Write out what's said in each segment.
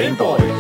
Game Boys.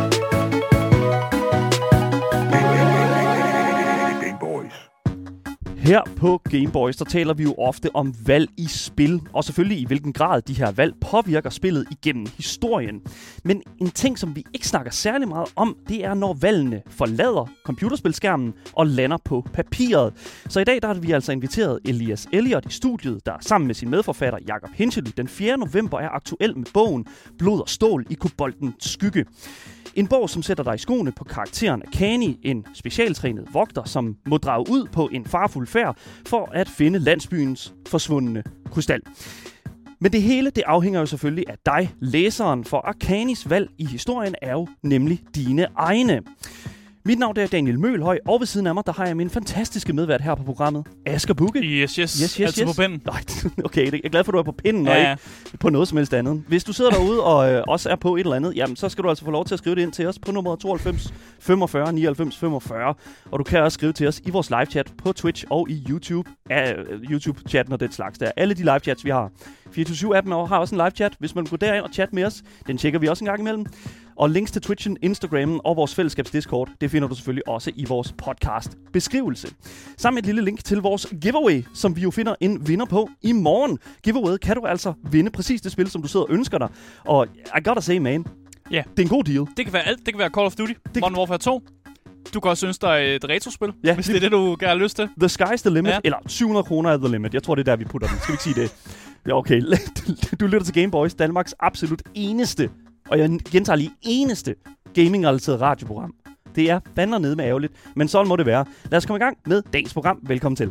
Her på Game Boys, der taler vi jo ofte om valg i spil, og selvfølgelig i hvilken grad de her valg påvirker spillet igennem historien. Men en ting, som vi ikke snakker særlig meget om, det er, når valgene forlader computerspilskærmen og lander på papiret. Så i dag der har vi altså inviteret Elias Elliot i studiet, der sammen med sin medforfatter Jacob Hinchely den 4. november er aktuel med bogen Blod og stål i koboldens skygge. En bog, som sætter dig i skoene på karakteren Akani, en specialtrænet vogter, som må drage ud på en farfuld færd for at finde landsbyens forsvundne krystal. Men det hele, det afhænger jo selvfølgelig af dig, læseren, for Akanis valg i historien er jo nemlig dine egne. Mit navn er Daniel Mølhøj, og ved siden af mig, der har jeg min fantastiske medvært her på programmet, Asger Bukke. Yes. Altid på pinden. Nej, okay, jeg er glad for, at du er på pinden, og ikke på noget som helst andet. Hvis du sidder derude og også er på et eller andet, jamen, så skal du altså få lov til at skrive det ind til os på nummer 92 45 99 45. Og du kan også skrive til os i vores live-chat på Twitch og i YouTube. YouTube-chatten og den slags der. Alle de live-chats, vi har. 24/7-appen har også en live-chat, hvis man går derind og chat med os. Den tjekker vi også en gang imellem. Og links til Twitchen, Instagrammen og vores fællesskabs Discord, det finder du selvfølgelig også i vores podcast-beskrivelse. Sammen med et lille link til vores giveaway, som vi jo finder en vinder på i morgen. Giveaway kan du altså vinde præcis det spil, som du sidder og ønsker dig. Og I gotta say, man, det er en god deal. Det kan være alt. Det kan være Call of Duty, Modern Warfare 2. Du kan også ønske dig et retrospil, hvis det er det, du gerne har lyst til. The sky's the limit, eller 700 kroner er the limit. Jeg tror, det er der, vi putter den. Skal vi ikke sige det? Ja, okay. Du lytter til Game Boys, Danmarks absolut eneste, og jeg gentager lige eneste gaming-relateret radioprogram. Det er fandme nede med ærgerligt, men sådan må det være. Lad os komme i gang med dagens program. Velkommen til.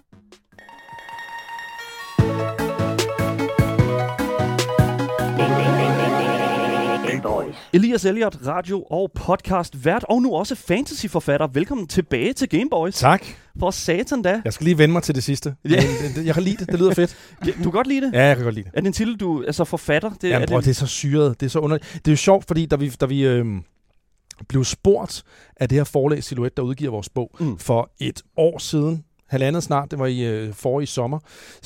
Elias Elliot, radio- og podcast-vært, og nu også fantasy-forfatter. Velkommen tilbage til Game Boys. Tak. For satan da. Jeg skal lige vende mig til det sidste. Ja. Jeg kan lide det. Det lyder fedt. Ja, du kan godt lide det? Ja, jeg kan godt lide det. Er det en titel, du altså forfatter? Jamen, det er så syret. Det er så underligt. Det er jo sjovt, fordi da vi blev spurgt af det her forlag Silhouette, der udgiver vores bog, for et år siden, halvandet snart, det var i forrige sommer,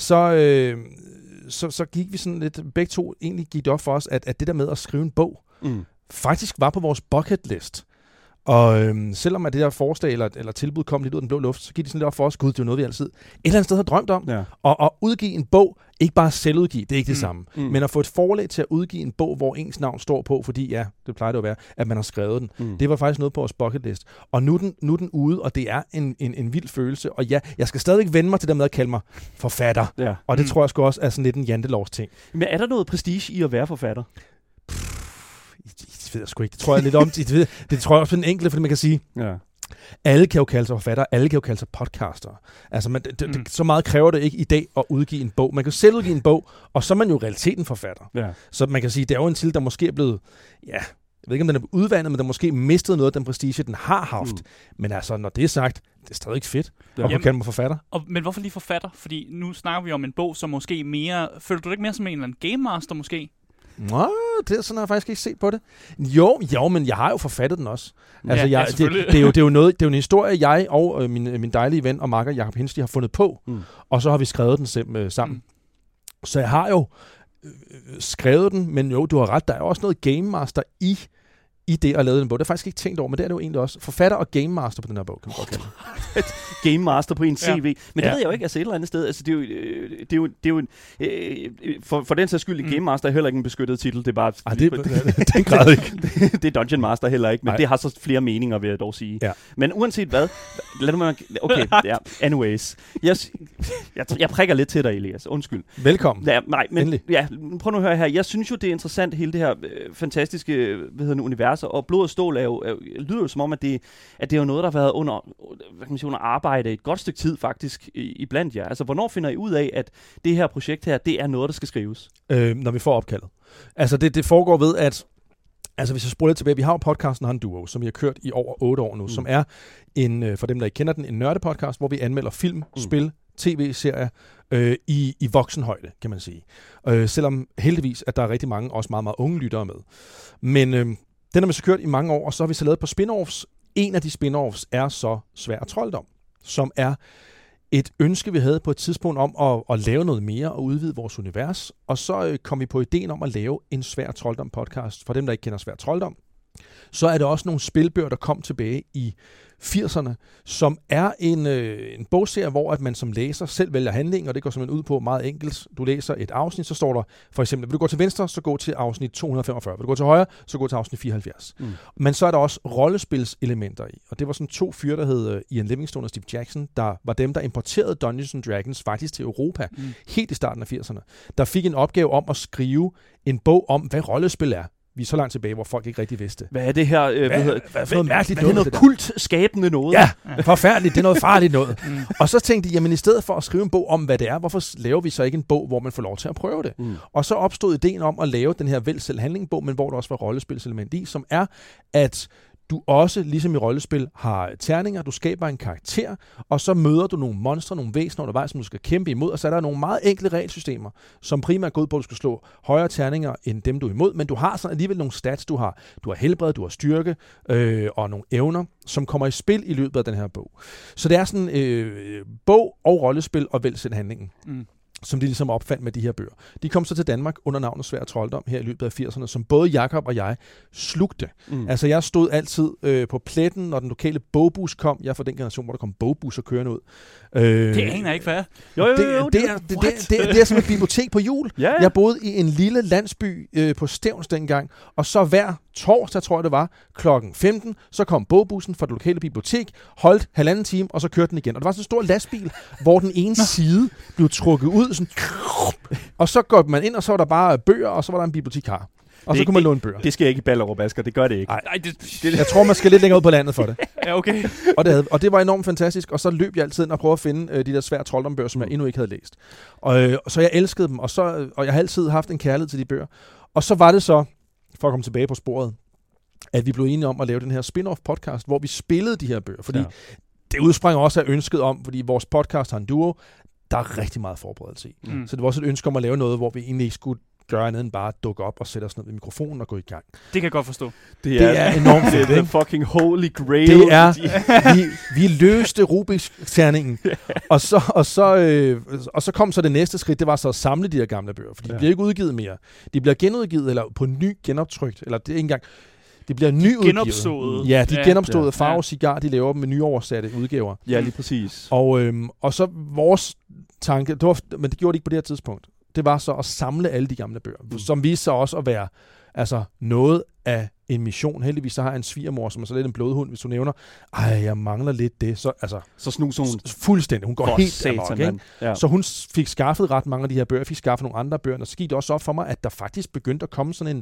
så gik vi sådan lidt, begge to egentlig gik det op for os, at det der med at skrive en bog, faktisk var på vores bucket list. Og selvom at det der forslag eller tilbud kom lidt ud af den blå luft, så gik det sådan lidt op for os, gud, det er jo noget, vi altid et eller andet sted har drømt om. Ja. Og at udgive en bog, ikke bare selvudgive, det er ikke det samme, men at få et forlag til at udgive en bog, hvor ens navn står på, fordi ja, det plejer det at være, at man har skrevet den. Det var faktisk noget på vores bucket list. Og nu er den ude, og det er en vild følelse. Og ja, jeg skal stadigvæk vende mig til det med at kalde mig forfatter. Ja. Og det tror jeg sgu også er sådan lidt en jantelovs ting. Men er der noget prestige i at være forfatter? Det ved jeg sgu ikke. Det tror jeg lidt om. Det tror jeg også på den enkelte, fordi man kan sige, alle kan jo kalde sig forfatter, alle kan jo kalde sig podcaster. Altså, så meget kræver det ikke i dag at udgive en bog. Man kan jo selv udgive en bog, og så er man jo i realiteten forfatter. Ja. Så man kan sige, det er jo en titel, der måske er blevet, jeg ved ikke, om den er udvandet, men der måske mistet noget af den prestige, den har haft. Men altså, når det er sagt, det er stadig fedt at kunne kalde mig forfatter. Men hvorfor lige forfatter? Fordi nu snakker vi om en bog, som måske mere, føler du det ikke mere som en eller anden game master måske? Nå, det er sådan, har jeg faktisk ikke set på det. Jo, men jeg har jo forfattet den også. Altså, det er jo noget, det er jo en historie, jeg og min dejlige ven og makker Jacob Hinchely har fundet på, og så har vi skrevet den sammen. Så jeg har jo skrevet den, men jo, du har ret, der er også noget game master i det at lave den bog. Det er faktisk ikke tænkt over, men det er det jo egentlig også. Forfatter og game master på den her bog, kan man godt kalde det. Game master på en CV. Men det ved jeg jo ikke, altså et eller andet sted. Altså, det er jo for den sags skyld, Game Master er heller ikke en beskyttet titel. Det er bare... den grad ikke. Det er Dungeon Master heller ikke, men det har så flere meninger, vil jeg dog sige. Ja. Men uanset hvad... Okay, anyways. Jeg prikker lidt til dig, Elias. Undskyld. Velkommen. Ja, nej, men prøv nu at høre her. Jeg synes jo, det er interessant, hele det her fantastiske univers, og Blod og stål lyder jo som om, at det er jo noget, der har været under arbejde et godt stykke tid faktisk iblandt jer. Altså, hvornår finder I ud af, at det her projekt her, det er noget, der skal skrives? Når vi får opkaldet. Altså, det foregår ved, at altså, hvis jeg spoler lidt tilbage, vi har jo podcasten Han Duo, som vi har kørt i over 8 år nu, som er for dem, der ikke kender den, en nørdepodcast, hvor vi anmelder film, spil, tv-serier i voksenhøjde, kan man sige. Selvom heldigvis, at der er rigtig mange, også meget, meget unge lyttere med. Men den har vi så kørt i mange år, og så har vi så lavet på spin-offs. En af de spin-offs er så Sværd og Trolddom, som er et ønske, vi havde på et tidspunkt om at lave noget mere og udvide vores univers, og så kom vi på ideen om at lave en Svær Trolddom podcast. For dem, der ikke kender Svær Trolddom, så er det også nogle spilbøger, der kom tilbage i 80'erne, som er en bogserie, hvor at man som læser selv vælger handling, og det går simpelthen ud på meget enkelt. Du læser et afsnit, så står der for eksempel, vil du gå til venstre, så gå til afsnit 245. Vil du gå til højre, så gå til afsnit 74. Men så er der også rollespilselementer i, og det var sådan 2 fyre, der hed Ian Livingstone og Steve Jackson, der var dem, der importerede Dungeons & Dragons faktisk til Europa, helt i starten af 80'erne. Der fik en opgave om at skrive en bog om, hvad rollespil er. Vi er så langt tilbage, hvor folk ikke rigtig vidste. Hvad er det her? Hvad mærkeligt noget? Noget kultskabende noget? Ja, forfærdeligt. Det er noget farligt noget. Og så tænkte de, jamen i stedet for at skrive en bog om, hvad det er, hvorfor laver vi så ikke en bog, hvor man får lov til at prøve det? Og så opstod ideen om at lave den her vælg selv handling-bog, men hvor der også var rollespilselement i, som er, at du også, ligesom i rollespil, har terninger, du skaber en karakter, og så møder du nogle monstre, nogle væsener undervejs, som du skal kæmpe imod, og så er der nogle meget enkle regelsystemer, som primært går ud på, at du skal slå højere terninger, end dem du er imod, men du har så alligevel nogle stats, du har helbred, du har styrke, og nogle evner, som kommer i spil i løbet af den her bog. Så det er sådan bog og rollespil og vælg selv handlingen. Som de ligesom opfandt med de her bøger. De kom så til Danmark under navnet Svær Trolddom her i løbet af 80'erne, som både Jakob og jeg slugte. Altså jeg stod altid på pletten, når den lokale bogbus kom. Jeg er fra den generation, hvor der kom bogbusser kørende ud. Det aner ikke, hvad? Jo. Det er som et bibliotek på jul. Ja. Jeg boede i en lille landsby på Stevns dengang, og så hver torsdag, tror jeg det var, klokken 15, så kom bogbussen fra det lokale bibliotek, holdt 1,5 time, og så kørte den igen. Og det var sådan en stor lastbil, hvor den ene side blev trukket ud, sådan, og så går man ind, og så var der bare bøger, og så var der en bibliotekar. Og så kunne man låne bøger. Det sker ikke i Ballerup, Asger. Det gør det ikke. Nej, jeg tror, man skal lidt længere ud på landet for det. Ja, okay. Og det var enormt fantastisk, og så løb jeg altid ind og prøvede at finde de der Svær Trolddom-bøger, som jeg endnu ikke havde læst. Og så jeg elskede dem, og jeg har altid haft en kærlighed til de bøger. Og så var det så, for at komme tilbage på sporet, at vi blev enige om at lave den her spin-off podcast, hvor vi spillede de her bøger. Fordi det udsprang også af ønsket om, fordi vores podcast har en duo, der er rigtig meget forberedelse i. Så det var også et ønske om at lave noget, hvor vi egentlig ikke skulle gøre andet end bare dukke op og sætte os ned ved mikrofonen og gå i gang. Det kan jeg godt forstå. Det er enormt fedt, ikke? The fucking holy grail. Det er, vi løste Rubik's-terningen, og så kom så det næste skridt, det var så at samle de her gamle bøger, for de bliver ikke udgivet mere. De bliver genudgivet, eller på ny genoptrykt, eller det er ikke engang. Det bliver nyudgivet. Genopstået. Ja, de genopståede Farve Cigar, de laver dem med nyoversatte udgaver. Ja, lige præcis. Og så vores tanke, men det gjorde de ikke på det her tidspunkt, det var så at samle alle de gamle bøger, som viste sig også at være noget af en mission. Heldigvis så har jeg en svigermor, som er så lidt en blodhund, hvis du nævner, jeg mangler lidt det. Så snuser hun fuldstændig. Hun går helt amok, ikke? Ja. Så hun fik skaffet ret mange af de her bøger, fik skaffet nogle andre bøger, og så gik det også op for mig, at der faktisk begyndte at komme sådan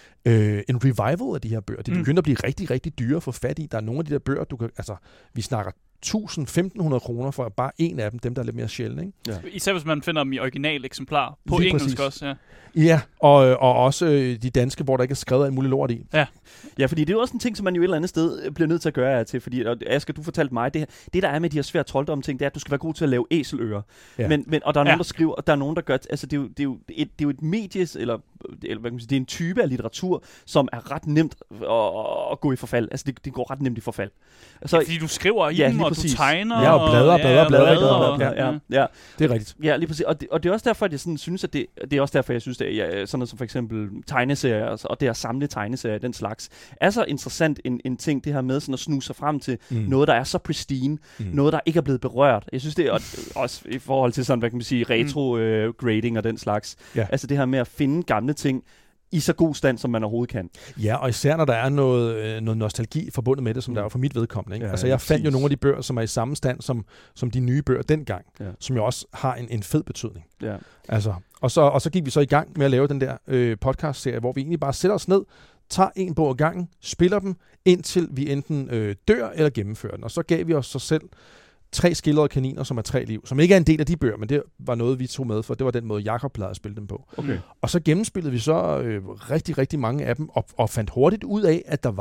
en revival af de her bøger. De begyndte at blive rigtig, rigtig dyre at få fat i. Der er nogle af de der bøger, vi snakker 1.000-1.500 kroner for bare en af dem der er lidt mere sjældne. Ikke? Ja. Især hvis man finder dem i original eksemplar. På lige engelsk præcis. Også, ja. Ja, og også de danske, hvor der ikke er skrevet en mulig lort i. Ja, fordi det er jo også en ting, som man jo et eller andet sted bliver nødt til at gøre til. Fordi, Asger, du fortalte mig, det der er med de her Svær Trolddom-ting, det er, at du skal være god til at lave æselører. Ja. Men, og der er nogen, der skriver, og der er nogen, der gør, altså det er jo et medies, eller hvad kan man sige, det er en type af litteratur, som er ret nemt at gå i forfald. Altså det går ret nemt i forfald. Altså, fordi du skriver i dem, og du tegner. Ja, og bladrer. Ja. Det er rigtigt. Ja, lige præcis. Og det er også derfor, at jeg sådan synes, at det er også derfor, jeg synes, at sådan noget som for eksempel tegneserier, og det at samle tegneserier, den slags, er så interessant en ting, det her med sådan at snuse sig frem til noget, der er så pristine, noget, der ikke er blevet berørt. Jeg synes, det er også i forhold til sådan, hvad kan man sige, retro-grading og den slags. Ja. Altså det her med at finde gamle ting i så god stand, som man overhovedet kan. Ja, og især når der er noget nostalgi forbundet med det, som der er for mit vedkommende. Ikke? Ja, altså jeg fandt jo nogle af de bøger, som er i samme stand som de nye bøger dengang, som jo også har en fed betydning. Ja. Altså, og så gik vi så i gang med at lave den der podcast-serie, hvor vi egentlig bare sætter os ned, tager en bog ad gangen, spiller dem, indtil vi enten dør eller gennemfører den. Og så gav vi os så selv 3 skildrede kaniner, som er 3 liv, som ikke er en del af de bøger, men det var noget, vi tog med, for det var den måde, Jakob plejede at spille dem på. Okay. Og så gennemspillede vi så rigtig, rigtig mange af dem, og fandt hurtigt ud af, at der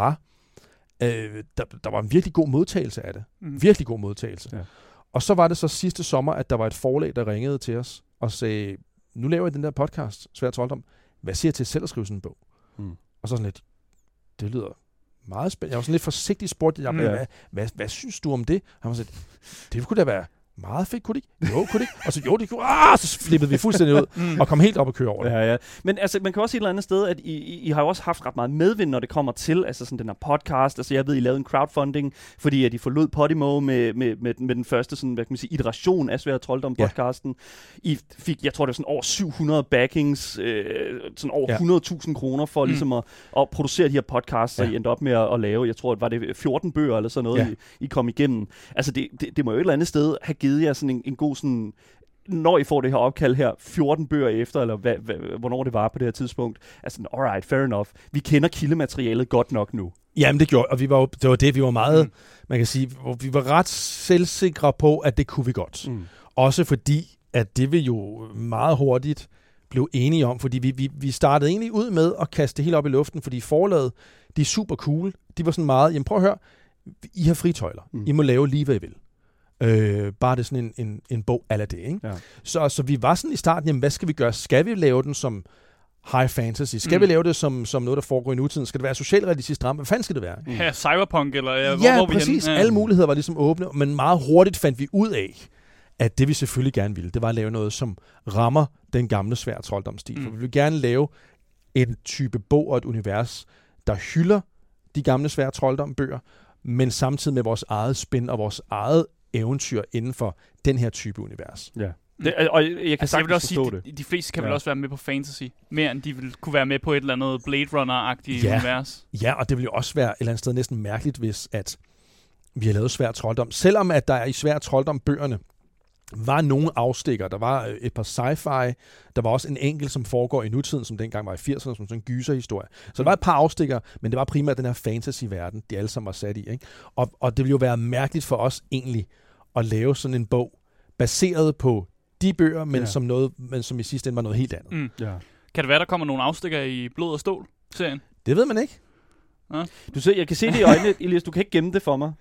var en virkelig god modtagelse af det. Virkelig god modtagelse. Ja. Og så var det så sidste sommer, at der var et forlag, der ringede til os og sagde, nu laver jeg den der podcast, Svær Trolddom. Hvad siger jeg til selv at skrive sådan en bog? Og så sådan lidt, det lyder meget spændende. Jeg var sådan lidt forsigtig spurgt, hvad synes du om det? Han var sådan, det kunne da være meget fedt, kunne det ikke? Jo, kunne det ikke? Og så, jo, det kunne. Så flippede vi fuldstændig ud, og kom helt op og køre over det. Ja. Men altså, man kan også sige et eller andet sted, at I har jo også haft ret meget medvind, når det kommer til altså sådan den her podcast. Altså, jeg ved, I lavede en crowdfunding, fordi at I forlod Podimo med den første sådan, hvad kan man sige, iteration af Sværd Trolddom-podcasten. I fik, jeg tror, det var sådan over 700 backings, sådan over 100.000 kroner for ligesom at producere de her podcasts, så I endte op med at lave, jeg tror, var det 14 bøger eller sådan noget, I kom igennem. Altså, det må jo et eller andet sted have givet jer sådan en god sådan, når I får det her opkald her, 14 bøger efter, eller hvornår det var på det her tidspunkt. Altså, alright, fair enough. Vi kender kildematerialet godt nok nu. Jamen, det gjorde, og vi var meget, man kan sige, vi var ret selvsikre på, at det kunne vi godt. Også fordi, at det vi jo meget hurtigt blev enige om, fordi vi startede egentlig ud med at kaste det hele op i luften, fordi forlaget, de er super cool. De var sådan meget, jamen prøv at høre, I har fritøjler. I må lave lige, hvad I vil. Bare det er sådan en bog a la det, ikke? Ja. Så vi var sådan i starten, jamen hvad skal vi gøre? Skal vi lave den som high fantasy? Skal vi lave det som noget, der foregår i nutiden? Skal det være socialrealistisk drama? Hvad fanden skal det være? Ja, cyberpunk, eller hvor præcis. Alle muligheder var ligesom åbne, men meget hurtigt fandt vi ud af, at det vi selvfølgelig gerne ville, det var at lave noget, som rammer den gamle Sværd Trolddom-stil. For vi vil gerne lave en type bog og et univers, der hylder de gamle Sværd Trolddom-bøger, men samtidig med vores eget spin og vores eget eventyr inden for den her type univers. Ja. Og jeg kan sagtens forstå det. De fleste kan vel også være med på fantasy, mere end de vil kunne være med på et eller andet Blade Runner-agtigt univers. Ja, og det vil jo også være et eller andet sted næsten mærkeligt, hvis at vi har lavet Sværd Trolddom. Selvom at der i Sværd Trolddom-bøgerne var nogle afstikker. Der var et par sci-fi. Der var også en enkelt, som foregår i nutiden, som dengang var i 80'erne, som sådan en gyserhistorie. Så der var et par afstikker, men det var primært den her fantasy-verden, de alle sammen var sat i. Ikke? Og det ville jo være mærkeligt for os egentlig at lave sådan en bog, baseret på de bøger, men som i sidste ende var noget helt andet. Ja. Kan det være, der kommer nogle afstikker i Blod og Stål-serien? Det ved man ikke. Ja. Jeg kan se det i øjnene, Elias, du kan ikke gemme det for mig.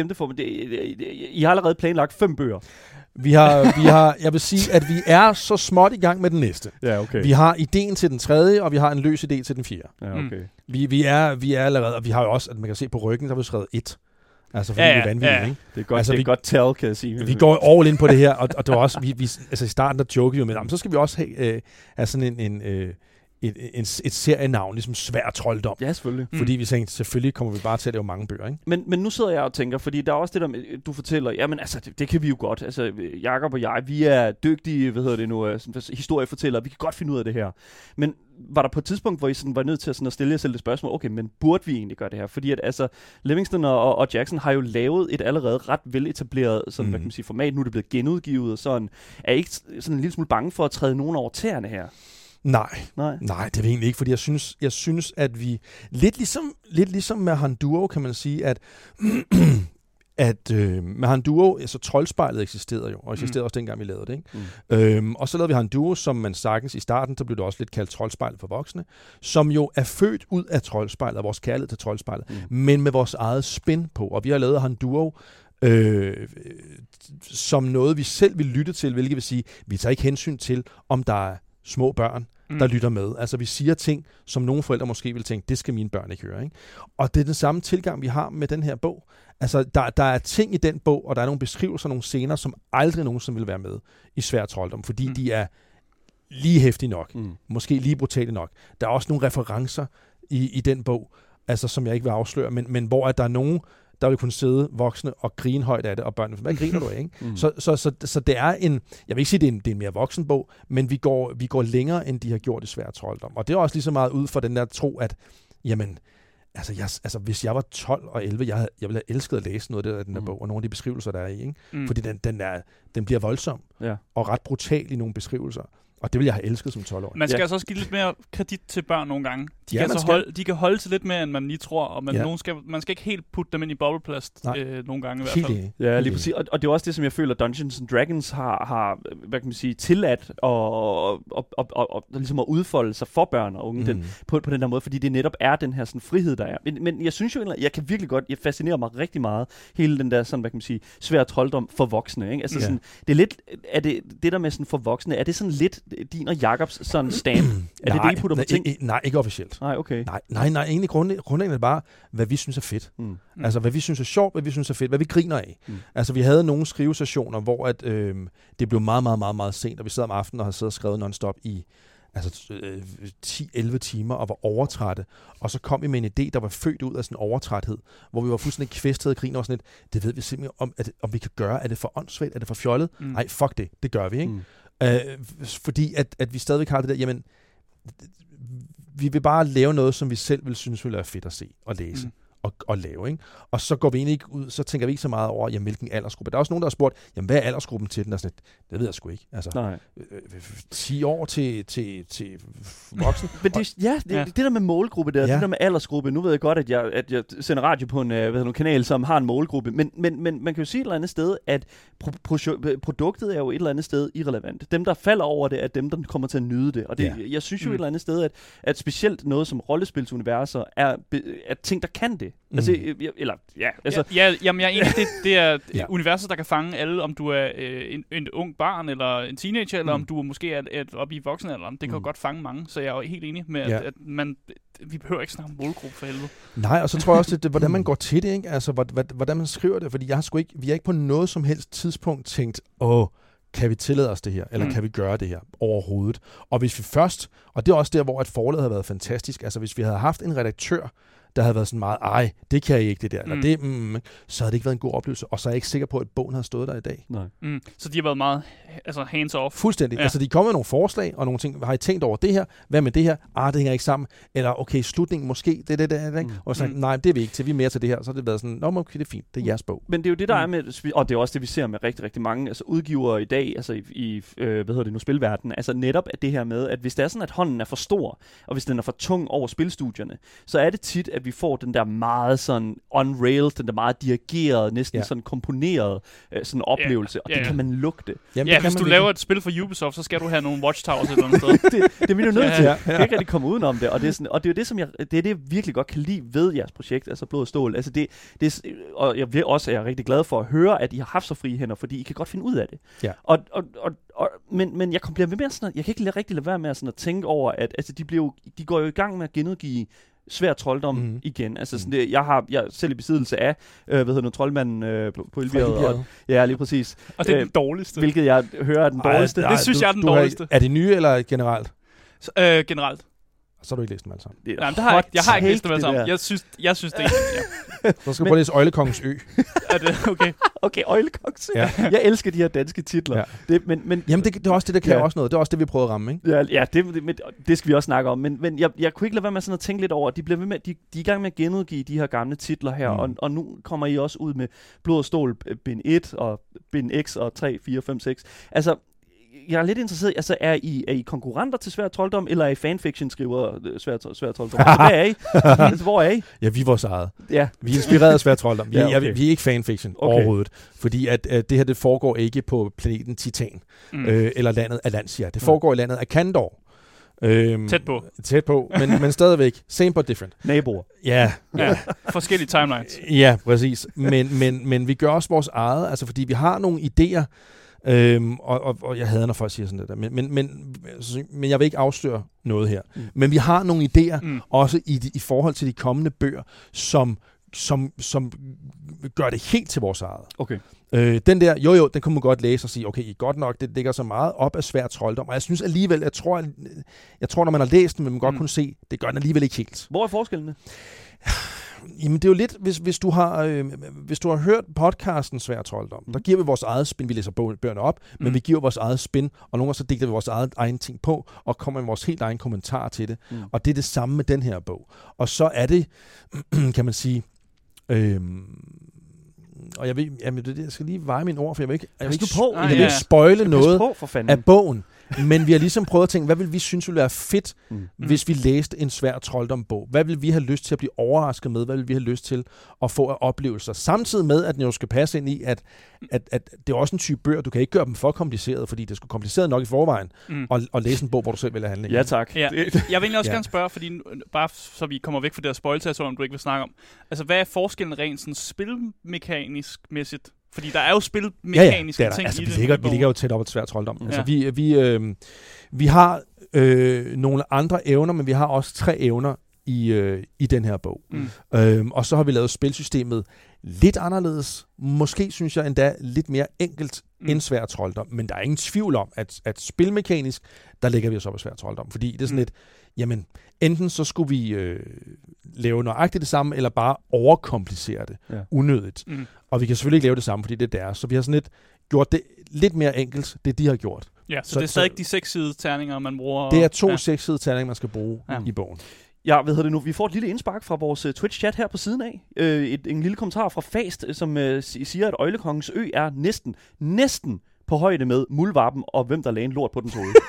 I har allerede planlagt 5 bøger. Vi har, jeg vil sige, at vi er så småt i gang med den næste. Ja, okay. Vi har ideen til den 3., og vi har en løs idé til den 4. Ja, okay. Vi er allerede, og vi har jo også, at man kan se på ryggen, der har vi skrevet 1. Altså, fordi vi er vanvittige, ikke? Det er godt, altså, det er godt tell, kan jeg sige. Vi går all in på det her, og det var også, altså i starten, der jokede vi jo med, så skal vi også have sådan et serienavn, ligesom Sværd Trolddom. Ja, selvfølgelig. Fordi vi tænkte, selvfølgelig kommer vi bare til at lave mange bøger, ikke? Men nu sidder jeg og tænker, fordi der er også det der, du fortæller, jamen altså, det kan vi jo godt. Altså, Jakob og jeg, vi er dygtige, historiefortællere, vi kan godt finde ud af det her. Men var der på et tidspunkt, hvor I sådan var nødt til at stille jer selv det spørgsmål, okay, men burde vi egentlig gøre det her? Fordi at altså, Livingston og Jackson har jo lavet et allerede ret veletableret sådan, hvad kan man sige, format. Nu er det blevet genudgivet, og sådan. Er I ikke sådan en lille smule bange for at træde nogen over tæerne her? Nej, det er vi egentlig ikke, fordi jeg synes, at vi lidt ligesom med Handuo, kan man sige, at med Handuo, altså Troldspejlet eksisterede jo, og eksisterede også dengang, vi lavede det, ikke? Og så lavede vi Handuo, som man sagtens i starten, så blev det også lidt kaldt Troldspejlet for voksne, som jo er født ud af Troldspejlet, af vores kærlighed til Troldspejlet, men med vores eget spin på, og vi har lavet Handuo som noget, vi selv vil lytte til, hvilket vil sige, vi tager ikke hensyn til, om der er små børn, der lytter med. Altså, vi siger ting, som nogle forældre måske vil tænke, det skal mine børn ikke høre, ikke? Og det er den samme tilgang, vi har med den her bog. Altså, der er ting i den bog, og der er nogle beskrivelser, nogle scener, som aldrig nogensinde vil være med i Sværd Trolddom, fordi de er lige heftige nok. Måske lige brutale nok. Der er også nogle referencer i den bog, altså, som jeg ikke vil afsløre, men hvor at der er nogen, der vil kunne sidde voksne og grine højt af det, og børnene, hvad griner du af, ikke? Så det er en, jeg vil ikke sige, det er en mere voksen bog, men vi går længere, end de har gjort i Sværd Trolddom. Og det er også lige så meget ud fra den der tro, at, jamen, altså hvis jeg var 12 og 11, jeg ville have elsket at læse noget af den her bog, og nogle af de beskrivelser, der er i, ikke? Fordi den bliver voldsom, og ret brutal i nogle beskrivelser. Og det vil jeg have elsket som 12-årig. Man skal altså også give lidt mere kredit til børn nogle gange. De kan holde til lidt mere, end man lige tror, og man skal ikke helt putte dem ind i bobleplast nogle gange i hvert fald. Ja, lige præcis. Og det er også det, som jeg føler, Dungeons & Dragons har hvad kan man sige, tilladt og ligesom at udfolde sig for børn og unge på den der måde, fordi det netop er den her sådan frihed, der er. Men jeg synes jo, jeg kan virkelig godt, jeg fascinerer mig rigtig meget, hele den der sådan, hvad kan man sige, Sværd Trolddom for voksne, ikke? Altså sådan, det er lidt, er det der med sådan for voksne, er det sådan lidt din og Jakobs sådan stamp? Er det det, I putter på ting? Nej, ikke officielt. Nej, okay. Nej, egentlig grundlæggende er bare, hvad vi synes er fedt. Altså, hvad vi synes er sjovt, hvad vi synes er fedt, hvad vi griner af. Altså, vi havde nogle skrivesessioner, hvor at, det blev meget, meget, meget, meget sent, og vi sad om aftenen og havde siddet og skrevet non-stop i 10-11 timer og var overtrætte. Og så kom vi med en idé, der var født ud af sådan en overtræthed, hvor vi var fuldstændig kvæstede og griner og sådan lidt, det ved vi simpelthen om vi kan gøre. Er det for åndssvagt? Er det for fjollet? Nej, fuck det gør vi, ikke? Fordi at vi stadigvæk har det der, jamen, vi vil bare lave noget, som vi selv vil synes ville være fedt at se og læse. Og lave, ikke? Og så går vi egentlig ikke ud, så tænker vi ikke så meget over, jamen, hvilken aldersgruppe. Der er også nogen, der har spurgt, jamen, hvad er aldersgruppen til den? Og sådan, det ved jeg sgu ikke. Altså, 10 år til voksen. Men det der med målgruppe der, det der med aldersgruppe, nu ved jeg godt, at jeg sender radio på en kanal, som har en målgruppe, men man kan jo sige et eller andet sted, at produktet er jo et eller andet sted irrelevant. Dem, der falder over det, er dem, der kommer til at nyde det. Og det, jeg synes jo et eller andet sted, at specielt noget som rollespilsuniverser er ting, der kan det. Altså, jamen, jeg er enig, det er universet, der kan fange alle, om du er en ung barn, eller en teenager, eller om du måske er oppe i voksenalderen. Det kan jo godt fange mange, så jeg er jo helt enig med, at vi behøver ikke snakke om målgruppe for helvede. Nej, og så tror jeg også, det hvordan man går til det, ikke? Altså, hvordan man skriver det, fordi vi har ikke på noget som helst tidspunkt tænkt, kan vi tillade os det her, eller kan vi gøre det her overhovedet? Og hvis vi først, og det er også der, hvor et forlag havde været fantastisk, altså hvis vi havde haft en redaktør, der havde været sådan meget, det kan jeg ikke det der, eller det, så havde det ikke været en god oplevelse, og så er jeg ikke sikker på, at bogen havde stået der i dag. Nej. Så de har været meget hands off. Fuldstændig. Ja. Altså de kommer med nogle forslag, og nogle ting, har I tænkt over det her? Hvad med det her? Det hænger ikke sammen. Eller okay, slutningen måske, det ikke? Og så nej, det er vi ikke til, vi er mere til det her. Så har det været sådan, okay, det er fint, det er jeres bog. Men det er jo det, der er med, og det er også det, vi ser med rigtig, rigtig mange udgivere i dag, altså i spilverdenen, altså netop at det her med, at hvis det er sådan, at hånden er for stor, og hvis den er for tung over spilstudierne, så er det tit, at vi får den der meget sådan on-rails, den der meget dirigeret, næsten sådan komponeret sådan oplevelse, og det kan man lugte. Jamen, hvis du laver et spil for Ubisoft, så skal du have nogle watchtowers et eller andet sted. det er vi jo nødt til. Jeg kan ikke rigtig komme udenom det, og det er sådan, og det er jo det, som jeg virkelig godt kan lide ved jeres projekt, altså Blod og Stål. Altså det og jeg vil også er rigtig glad for at høre, at I har haft så frie hænder, fordi I kan godt finde ud af det. Ja. Men jeg bliver ved med sådan, jeg kan ikke rigtig lade være med sådan at tænke over, at altså de går jo i gang med at genudgive Sværd Trolddom igen. Altså sådan det, jeg er selv i besiddelse af, Troldmanden på Elbjerget. Ja, lige præcis. Og det er den dårligste. Hvilket jeg hører er den dårligste. Det synes jeg er den dårligste. Er det nye eller generelt? Generelt. Så har du ikke læst dem alle sammen. Nej, jeg har ikke læst dem alle sammen. Jeg synes det er Så skal du prøve at læse Øjlekongens Ø. Er det okay? Okay, Øjlekongens Ø. Ja. Jeg elsker de her danske titler. Ja. Jamen, det er også det, der kan også noget. Det er også det, vi prøver at ramme, ikke? Ja, det skal vi også snakke om. Men jeg kunne ikke lade være med sådan at tænke lidt over, de bliver ved med, de er i gang med at genudgive de her gamle titler her, og nu kommer I også ud med Blod og Stål, bind 1 og bind X og 3, 4, 5, 6. Altså, jeg er lidt interesseret, altså er I konkurrenter til Sværd Trolddom, eller er I fanfiction-skriver Sværd Trolddom? Altså, hvad er I? Altså, hvor er I? Ja, vi er vores eget. Ja. Vi er inspireret af Sværd Trolddom. Vi er ikke fanfiction overhovedet, fordi at det her, det foregår ikke på planeten Titan, eller landet Alantia. Det foregår i landet Akandor. Tæt på, men stadigvæk. Same but different. Naboer. Ja. Forskellige timelines. Ja, præcis. Men vi gør også vores eget, altså fordi vi har nogle idéer, og jeg hader, når folk siger sådan det der, men jeg vil ikke afsløre noget her. Men vi har nogle idéer, også i forhold til de kommende bøger, som gør det helt til vores eget. Okay. Den der, den kunne man godt læse og sige, okay, godt nok, det ligger så meget op af Sværd Trolddom, og jeg synes alligevel, jeg tror, når man har læst den, vil man godt kunne se, det gør den alligevel ikke helt. Hvor er forskellene? Jamen, det er jo lidt, hvis du har hørt podcasten Sværd Trolddom, der giver vi vores eget spin. Vi læser bøgerne op, men vi giver vores eget spin, og nogle gange så digter vi vores egen ting på, og kommer med vores helt egen kommentar til det. Og det er det samme med den her bog. Og så er det, kan man sige, og jeg skal lige veje mine ord, for jeg vil ikke spoile noget af bogen. Men vi har ligesom prøvet at tænke, hvad vil vi synes ville være fedt, hvis vi læste en Sværd Trolddom-bog? Hvad vil vi have lyst til at blive overrasket med? Hvad vil vi have lyst til at få af oplevelser? Samtidig med, at den jo skal passe ind i, at det er også en type bøger, du kan ikke gøre dem for kompliceret, fordi det er sgu kompliceret nok i forvejen, at læse en bog, hvor du selv vil have handling. Ja, tak. Ja. Jeg vil egentlig også gerne spørge, fordi bare så vi kommer væk fra det her spoil-territorium, du ikke vil snakke om. Altså, hvad er forskellen rent sådan spilmekanisk-mæssigt? Fordi der er jo spilmekaniske ting altså, i det. Vi ligger jo tæt op ad Sværd Trolddom. Ja. Altså, vi har nogle andre evner, men vi har også 3 evner i den her bog. Og så har vi lavet spilsystemet lidt anderledes. Måske synes jeg endda lidt mere enkelt end svær trolddom. Men der er ingen tvivl om, at spilmekanisk, der lægger vi os op af svær trolddom. Fordi det er sådan lidt, jamen, enten så skulle vi lave nøjagtigt det samme, eller bare overkomplicere det unødigt. Og vi kan selvfølgelig ikke lave det samme, fordi det er deres. Så vi har sådan lidt gjort det lidt mere enkelt, det de har gjort. Ja, så det er stadig de 6-sidede terninger, man bruger. Det er 2 6-sidede terninger, man skal bruge i bogen. Ja, hvad hedder det nu? Vi får et lille indspark fra vores Twitch-chat her på siden af. En lille kommentar fra Fast, som siger, at Øjlekongens Ø er næsten på højde med Muldvarpen og hvem der lagde en lort på dens hoved.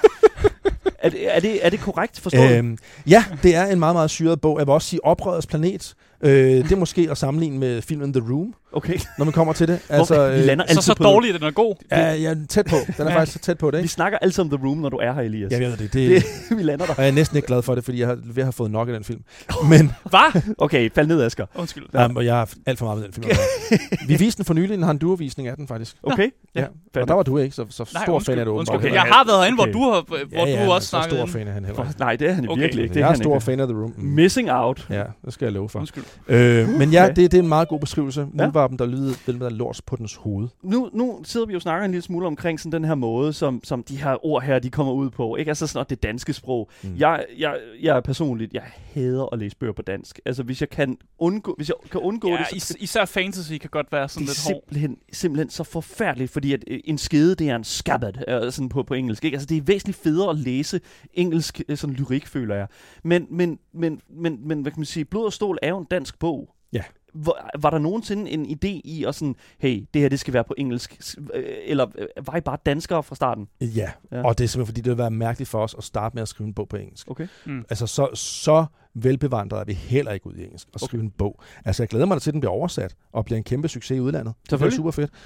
Er det korrekt forstået? Ja, det er en meget, meget syret bog. Jeg vil også sige Oprørets Planet. Det er måske at sammenligne med filmen The Room, når man kommer til det. Altså, vi lander altid så dårligt, at den er god. Ja, tæt på. Den er faktisk så tæt på det, ikke? Vi snakker altid om The Room, når du er her, Elias. Ja, jeg ved det. Vi lander der. Og jeg er næsten ikke glad for det, fordi jeg har fået nok af den film. Men hvad? Okay, fald ned, Asger. Undskyld. Og jeg har alt for meget med den film. Vi viste den for nylig, en duovisning af den faktisk. Okay. Ja. Og der var du ikke, så stor fan af det åbenbart. Okay. Jeg har været herinde, hvor du også snakkede. Jeg er stor fan af han heller. Nej, det er han virkelig ikke. Jeg er stor fan af The Room. Missing out. Ja, det skal jeg love for. Undskyld. Men ja, det er en meget god beskrivelse. Muldvarpen, der lyder med lort på dens hoved. Nu sidder vi jo og snakker en lille smule omkring sådan den her måde, som de her ord her, de kommer ud på. Ikke? Altså sådan det danske sprog. Jeg personligt, jeg hader at læse bøger på dansk. Altså hvis jeg kan undgå det. Så især fantasy kan godt være sådan lidt hård. Simpelthen så forfærdeligt, fordi at en skede, det er en scabbard, sådan på engelsk. Ikke? Altså det er væsentligt federe at læse engelsk sådan lyrik, føler jeg. Men hvad kan man sige, Blod og Stål er jo en dansk bog. Ja. Var der nogensinde en idé i at sådan, hey, det her det skal være på engelsk, eller var I bare danskere fra starten? Ja, og det er simpelthen fordi, det vil være mærkeligt for os at starte med at skrive en bog på engelsk. Okay. Altså så velbevandret er vi heller ikke ud i engelsk at skrive en bog. Altså jeg glæder mig til, at den bliver oversat og bliver en kæmpe succes i udlandet. Det er super fedt.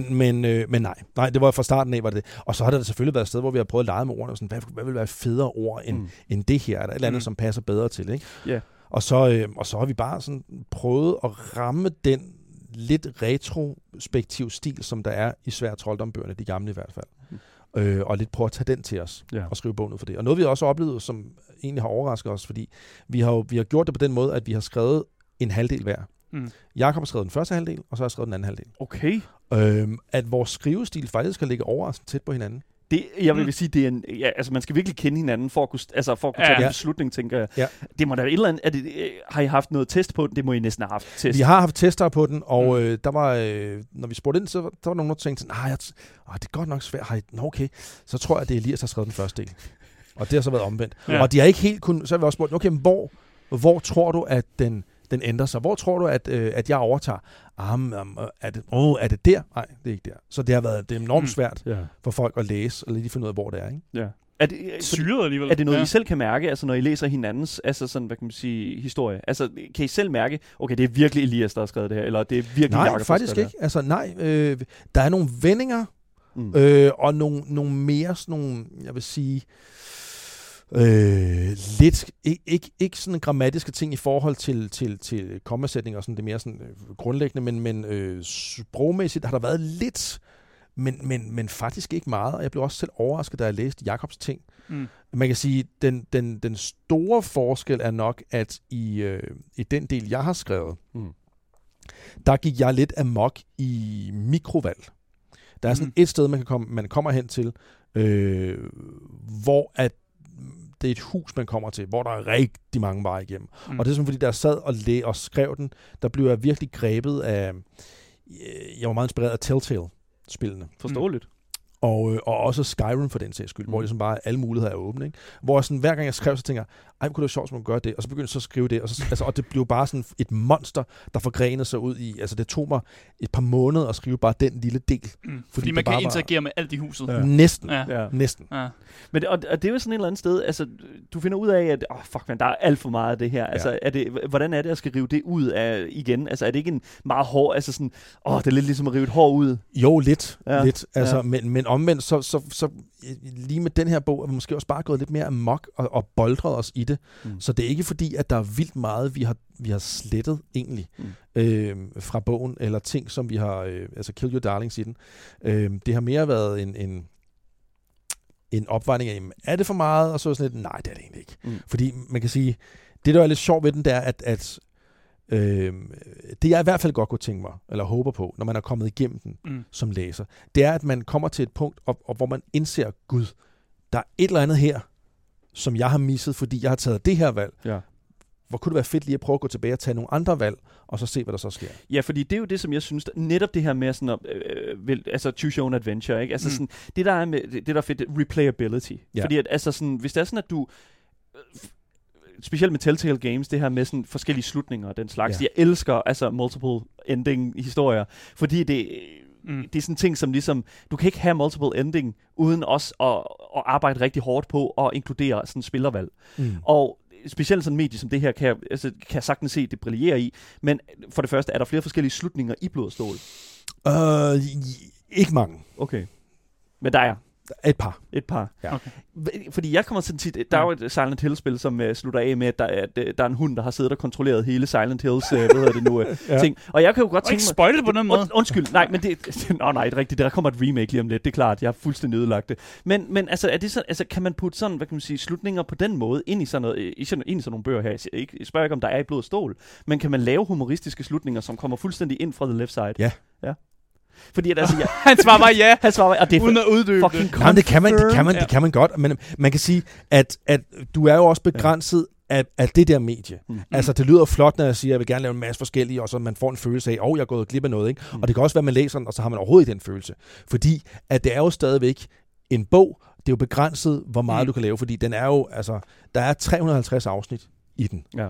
Men nej, det var fra starten af, var det. Og så har det selvfølgelig været et sted, hvor vi har prøvet at lege med ordene. Sådan, hvad vil være federe ord end det her? Er der et eller andet, som passer bedre til, ikke? Ja. Og så har vi bare sådan prøvet at ramme den lidt retrospektiv stil, som der er i Svær Trolddombøgerne, de gamle i hvert fald. Og lidt prøve at tage den til os og skrive bogen ud for det. Og noget vi også oplevet, som egentlig har overrasket os, fordi vi har gjort det på den måde, at vi har skrevet en halvdel hver. Jakob har skrevet den første halvdel, og så har jeg skrevet den anden halvdel. Okay. At vores skrivestil faktisk kan ligge overraskende tæt på hinanden. Jeg vil sige, det er altså man skal virkelig kende hinanden for at kunne, tage en beslutning, tænker jeg. Ja. Det må da et eller andet. Har I haft noget test på den? Det må I næsten have haft test. Vi har haft tester på den, og der var, når vi spurgte ind, så der var nogen, der tænkte sådan, det er godt nok svært. Okay, så tror jeg, at det er Elias, der har skrevet den første del. Og det har så været omvendt. Ja. Og de har ikke helt kunnet, så har vi også spurgt, okay, men hvor tror du, at den ændrer sig? Hvor tror du, at jeg overtager? Er det der? Nej, det er ikke der. Så det er enormt svært for folk at læse, og lige finde ud af, hvor det er, ikke? Ja. Syret alligevel. Er det noget, I selv kan mærke, altså når I læser hinandens, altså sådan, hvad kan man sige, historie? Altså, kan I selv mærke, okay, det er virkelig Elias, der har skrevet det her, eller det er virkelig Jakob, der har skrevet det her? Altså, nej, der er nogle vendinger, og nogle mere sådan nogle, jeg vil sige, lidt, ikke sådan grammatiske ting i forhold til kommasætning og sådan, det mere sådan grundlæggende, men sprogmæssigt har der været lidt, men faktisk ikke meget, og jeg blev også selv overrasket, da jeg læste Jakobs ting. Man kan sige, den store forskel er nok, at i den del, jeg har skrevet, der gik jeg lidt amok i mikrovalg. Der er sådan et sted, man kommer hen til, hvor at det er et hus, man kommer til, hvor der er rigtig mange veje igennem. Og det er simpelthen, fordi der sad og skrev den, der blev jeg virkelig grebet af, jeg var meget inspireret af Telltale-spillene. Forståeligt. Og også Skyrim for den sags skyld, hvor ligesom bare alle muligheder er åbne. Ikke? Hvor sådan, hver gang jeg skrev, så tænker jeg, kunne det være sjovt, at man gøre det, og så begyndte jeg så at skrive det, og det blev bare sådan et monster, der forgrenede sig ud i, altså det tog mig et par måneder at skrive bare den lille del. Fordi man kan interagere med alt i huset. Ja. Næsten. Ja. Men og det er jo sådan et eller andet sted, altså du finder ud af, at der er alt for meget af det her. Altså, hvordan er det at skal rive det ud af igen? Altså er det ikke en meget hård, altså sådan, det er lidt ligesom at rive et hår ud? Jo, lidt. Altså, men omvendt, så lige med den her bog, er vi måske også bare gået lidt mere amok og boldret os i det. Så det er ikke fordi, at der er vildt meget, vi har slettet egentlig fra bogen, eller ting, som vi har, altså Kill Your Darlings i den. Det har mere været en opvejning af, er det for meget? Og så sådan lidt, nej, det er det egentlig ikke. Fordi man kan sige, Det, der er lidt sjovt ved den, det er, at det jeg i hvert fald godt kunne tænke mig, eller håber på, når man er kommet igennem den som læser, det er, at man kommer til et punkt, hvor man indser, Gud, der er et eller andet her, som jeg har misset, fordi jeg har taget det her valg. Ja. Hvor kunne det være fedt lige at prøve at gå tilbage og tage nogle andre valg, og så se, hvad der så sker. Ja, fordi det er jo det, som jeg synes, netop det her med sådan altså choose your own adventure, ikke? Altså sådan, det der er med, det der er fedt, replayability. Ja. Fordi at, altså sådan, hvis det er sådan, at du specielt med Telltale Games, det her med sådan forskellige slutninger og den slags. Ja. Jeg elsker altså multiple ending historier, fordi det er sådan ting som ligesom, du kan ikke have multiple ending uden også at arbejde rigtig hårdt på at inkludere sådan spillervalg. Og specielt sådan en medie som det her, kan jeg sagtens se, det brillerer i. Men for det første, er der flere forskellige slutninger i Blod og Stål? Ikke mange. Okay. Men der er. Et par. Ja. Okay. Fordi jeg kommer sådan tit, der er jo et Silent Hill-spil, som slutter af med, at der er en hund, der har siddet og kontrolleret hele Silent Hills, ting. Og jeg kan jo godt tænke mig... Ikke spoil på den måde. Undskyld, nej, men det... nej, det er rigtigt. Der kommer et remake lige om lidt, det er klart. Jeg har fuldstændig ødelagt det. Men altså, er det sådan, altså, kan man putte sådan, hvad kan man sige, slutninger på den måde ind i sådan noget, i sådan nogle bøger her? Jeg spørger ikke, om der er i Blod og Stål, men kan man lave humoristiske slutninger, som kommer fuldstændig ind fra the left side? Ja. Fordi at, altså, han svarer bare ja. Han svarer bare, og det er uden at uddybe det. Nej, det kan man godt. Men man kan sige, at du er jo også begrænset af det der medie. Altså, det lyder flot, når jeg siger, at jeg vil gerne lave en masse forskellige, og så man får en følelse af, jeg er gået glip af noget. Ikke? Og det kan også være, at man læser den, og så har man overhovedet ikke den følelse. Fordi at det er jo stadigvæk en bog. Det er jo begrænset, hvor meget du kan lave, fordi den er jo, altså, der er 350 afsnit i den. Ja.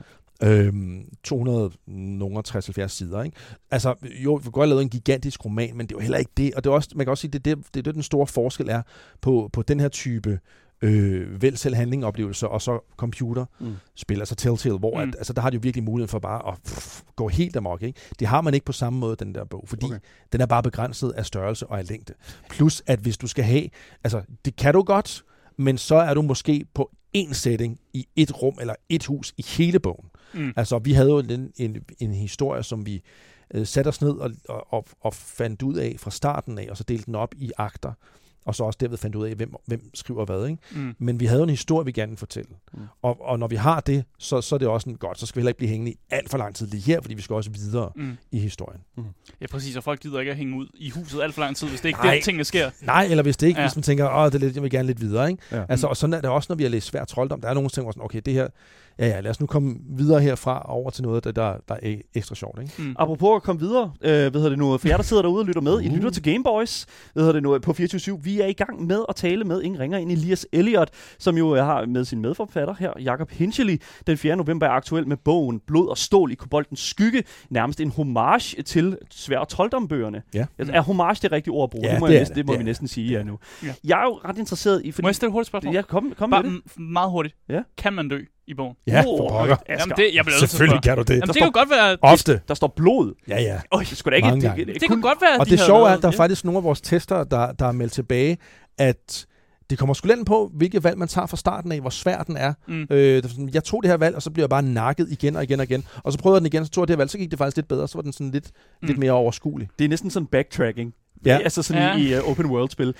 260 sider, ikke? Altså, jo, vi kan godt lave en gigantisk roman, men det er jo heller ikke det. Og det er også, man kan også sige, det den store forskel er på den her type vælselhandlingoplevelser og så computerspil, altså Telltale, hvor altså, der har de jo virkelig mulighed for bare at gå helt amok, ikke? Det har man ikke på samme måde, den der bog, fordi den er bare begrænset af størrelse og af længde. Plus, at hvis du skal have, altså, det kan du godt, men så er du måske på en setting i et rum eller et hus i hele bogen. Altså, vi havde jo en historie, som vi satte os ned og fandt ud af fra starten af, og så delte den op i akter, og så også derved fandt ud af, hvem skriver hvad. Ikke? Men vi havde en historie, vi gerne ville fortælle. Og når vi har det, så er det også godt. Så skal vi heller ikke blive hængende i alt for lang tid lige her, fordi vi skal også videre i historien. Ja, præcis. Og folk gider ikke at hænge ud i huset alt for lang tid, hvis det ikke er tingene sker. Nej, eller hvis det ikke, hvis man tænker, jeg vil gerne lidt videre. Ikke? Ja. Altså, og sådan er det også, når vi har læst Sværd Trolddom. Der er nogle ting, hvor sådan, okay, det her, lad os nu komme videre herfra over til noget, der er ekstra sjovt. Ikke? Apropos at komme videre, for jer, der sidder derude og lytter med, I lytter til Gameboys, på 24/7. Vi er i gang med at tale med ingen ringer end Elias Elliot, som jo har med sin medforfatter her, Jacob Hinchely. Den 4. november er aktuel med bogen Blod og Stål i koboldens skygge, nærmest en homage til Sværd Trolddom-bøgerne. Ja. Er homage det rigtige ord at bruge? Ja, det må vi næsten sige nu. Ja. Jeg er jo ret interesseret i... Må jeg stille hurtigt spørgsmål? Ja, kom med det. Meget hurtigt. Ja. Kan man dø i bogen? Ja, for pokker. Selvfølgelig kan du det. Jamen, det kan godt være... Ofte. Der står blod. Ja. Det kan godt være... Og det sjove er, at der er faktisk nogle af vores testere, der er meldt tilbage, at det kommer sgu lidt på, hvilke valg man tager fra starten af, hvor svær den er. Jeg tog det her valg, og så bliver jeg bare nakket igen og igen og igen. Og så prøvede jeg den igen, så tog jeg det her valg, så gik det faktisk lidt bedre. Så var den sådan lidt mere overskuelig. Det er næsten sådan backtracking. Ja. Altså sådan i open world-spil.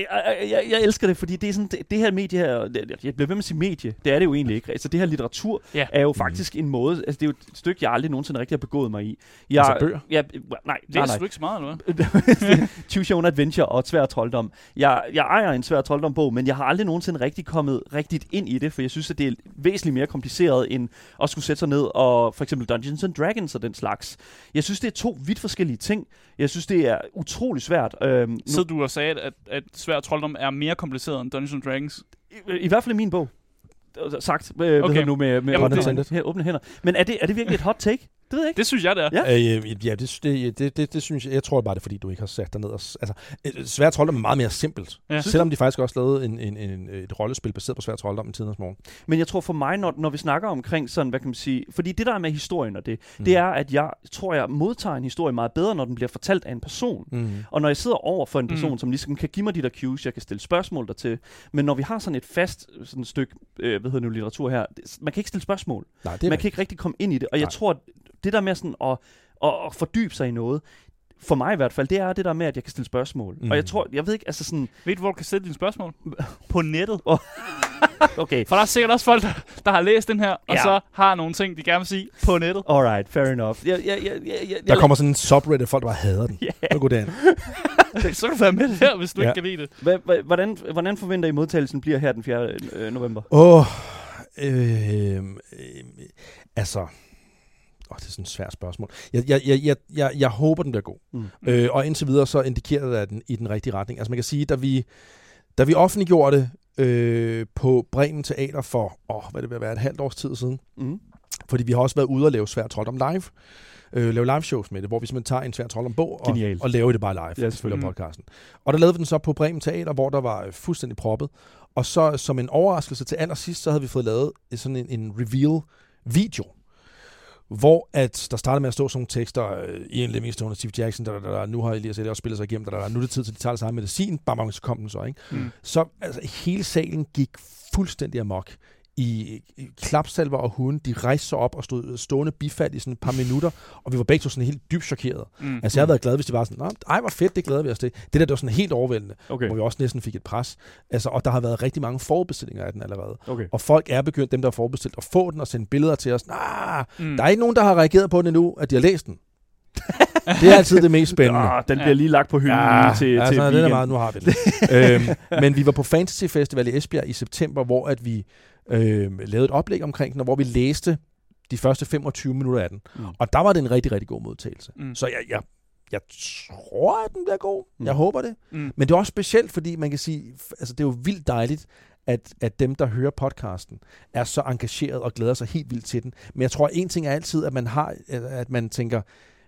Jeg elsker det, fordi det er sådan, det her medie her, jeg bliver ved med at sige medie, det er det jo egentlig ikke. Altså det her litteratur er jo faktisk en måde, altså det er jo et stykke, jeg aldrig nogensinde rigtig har begået mig i. Altså bøger? Nej. Det er ikke så meget, eller hvad? Choose Your Own Adventure og Sværd Trolddom. Jeg ejer en Sværd Trolddom-bog, men jeg har aldrig nogensinde rigtig kommet rigtigt ind i det, for jeg synes, at det er væsentligt mere kompliceret, end at skulle sætte sig ned og for eksempel Dungeons and Dragons og den slags. Jeg synes, det er to vidt forskellige ting. Jeg synes, det er utrolig svært. Så du har sagt, at Sværd Trolddom er mere kompliceret end Dungeons and Dragons? I hvert fald i min bog. Sagt nu med åbne hænder. Men er det virkelig et hot take? Det ved jeg ikke. Det synes jeg, det er. Ja, det synes jeg. Jeg tror bare, det er, fordi du ikke har sat dig ned. Altså, Sværd Trolddom er meget mere simpelt. Ja. Selvom de faktisk også lavede et rollespil baseret på Sværd Trolddom i tidens morgen. Men jeg tror for mig, når vi snakker omkring sådan, hvad kan man sige... Fordi det der er med historien og det er, at jeg modtager en historie meget bedre, når den bliver fortalt af en person. Og når jeg sidder over for en person, som ligesom kan give mig de der cues, jeg kan stille spørgsmål dertil. Men når vi har sådan et fast sådan et stykke litteratur her, man kan ikke stille spørgsmål. Man kan ikke rigtig komme ind i det. Og jeg tror, det der med sådan at fordybe sig i noget, for mig i hvert fald, det er det der med, at jeg kan stille spørgsmål. Og jeg ved ikke, altså sådan... Ved du, hvor du kan stille dine spørgsmål? På nettet. Okay. For der er sikkert også folk, der har læst den her, og så har nogle ting, de gerne vil sige på nettet. Alright, fair enough. Der kommer sådan en subreddit, folk bare hader den. Ja. Gå derind. Så kan du være med det her, hvis du ikke kan lide det. Hvordan forventer I modtagelsen bliver her den 4. november? Altså... det er sådan et svært spørgsmål. Jeg håber, den bliver god. Og indtil videre, så indikerer det den i den rigtige retning. Altså man kan sige, da vi offentliggjorde det på Bremen Teater for, hvad det vil være, et halvt års tid siden. Fordi vi har også været ude og lave Svær Trolddom live. Lave live shows med det, hvor vi simpelthen tager en Svær Trolddom bog og laver det bare live, selvfølgelig podcasten. Og der lavede vi den så på Bremen Teater, hvor der var fuldstændig proppet. Og så som en overraskelse til allersidst, så havde vi fået lavet sådan en reveal-video, hvor at der startede med at stå sådan nogle tekster, Ian Livingstone og Steve Jackson, nu har Elias Elliot spillet sig igennem, nu er det tid til, at de tager det samme medicin, bam, så kom den så, ikke? Så altså, hele salen gik fuldstændig amok i klapsalver og hunde. De rejste sig op og stod stående bifald i sådan et par minutter, og vi var begge to sådan helt dybt chokerede. Altså jeg havde været glad, hvis det var sådan, ej, hvor fedt, det glæder vi os til. Det var sådan helt overvældende, hvor vi også næsten fik et pres. Altså, og der har været rigtig mange forudbestillinger af den allerede. Og folk er begyndt, dem der har forudbestilt, at få den og sende billeder til os. Der er ikke nogen, der har reageret på den endnu, at de har læst den. Det er altid det mest spændende. Den bliver lige lagt på hylden til weekend. Det er meget, nu har vi det. Men vi var på Fantasy Festival i Esbjerg i september, hvor at vi lavede et oplæg omkring den, og hvor vi læste de første 25 minutter af den. Og der var det en rigtig, rigtig god modtagelse. Så jeg tror, at den bliver god. Jeg håber det. Men det er også specielt, fordi man kan sige, altså det er jo vildt dejligt, at dem, der hører podcasten, er så engageret og glæder sig helt vildt til den. Men jeg tror, at en ting er altid, at man tænker,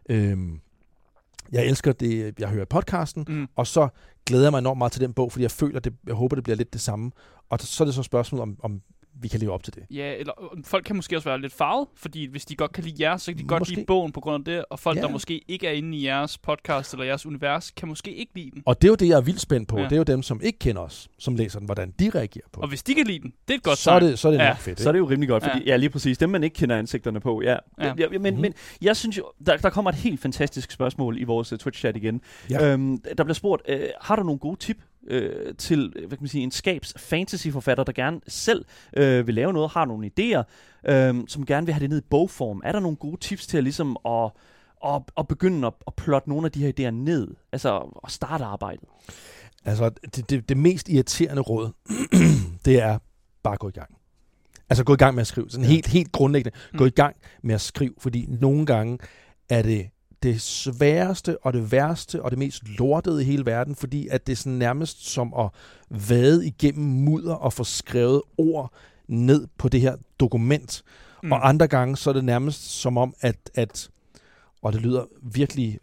jeg elsker det, jeg hører i podcasten, og så glæder jeg mig enormt meget til den bog, fordi jeg håber, det bliver lidt det samme. Og så er det så et spørgsmål, om vi kan leve op til det. Ja, eller folk kan måske også være lidt farvet, fordi hvis de godt kan lide jeres, så kan de godt lide bogen på grund af det, og folk, der måske ikke er inde i jeres podcast eller jeres univers, kan måske ikke lide den. Og det er jo det, jeg er vildt spændt på. Det er jo dem, som ikke kender os, som læser den, hvordan de reagerer på. Og hvis de kan lide den, det er et godt så er det nok fedt. Ikke? Så er det jo rimelig godt, fordi lige præcis, dem man ikke kender ansigterne på. Men jeg synes jo, der kommer et helt fantastisk spørgsmål i vores Twitch-chat igen. Der bliver spurgt, har du nogle gode tip til en skabs-fantasy-forfatter, der gerne selv vil lave noget, har nogle idéer, som gerne vil have det ned i bogform. Er der nogle gode tips til at, ligesom at begynde at plotte nogle af de her idéer ned? Altså at starte arbejdet? Altså det mest irriterende råd, det er bare at gå i gang. Altså gå i gang med at skrive. Sådan helt grundlæggende. Gå i gang med at skrive, fordi nogle gange er det sværeste og det værste og det mest lortede i hele verden, fordi at det er sådan nærmest som at vade igennem mudder og få skrevet ord ned på det her dokument. Og andre gange så er det nærmest som om, at og det lyder virkelig,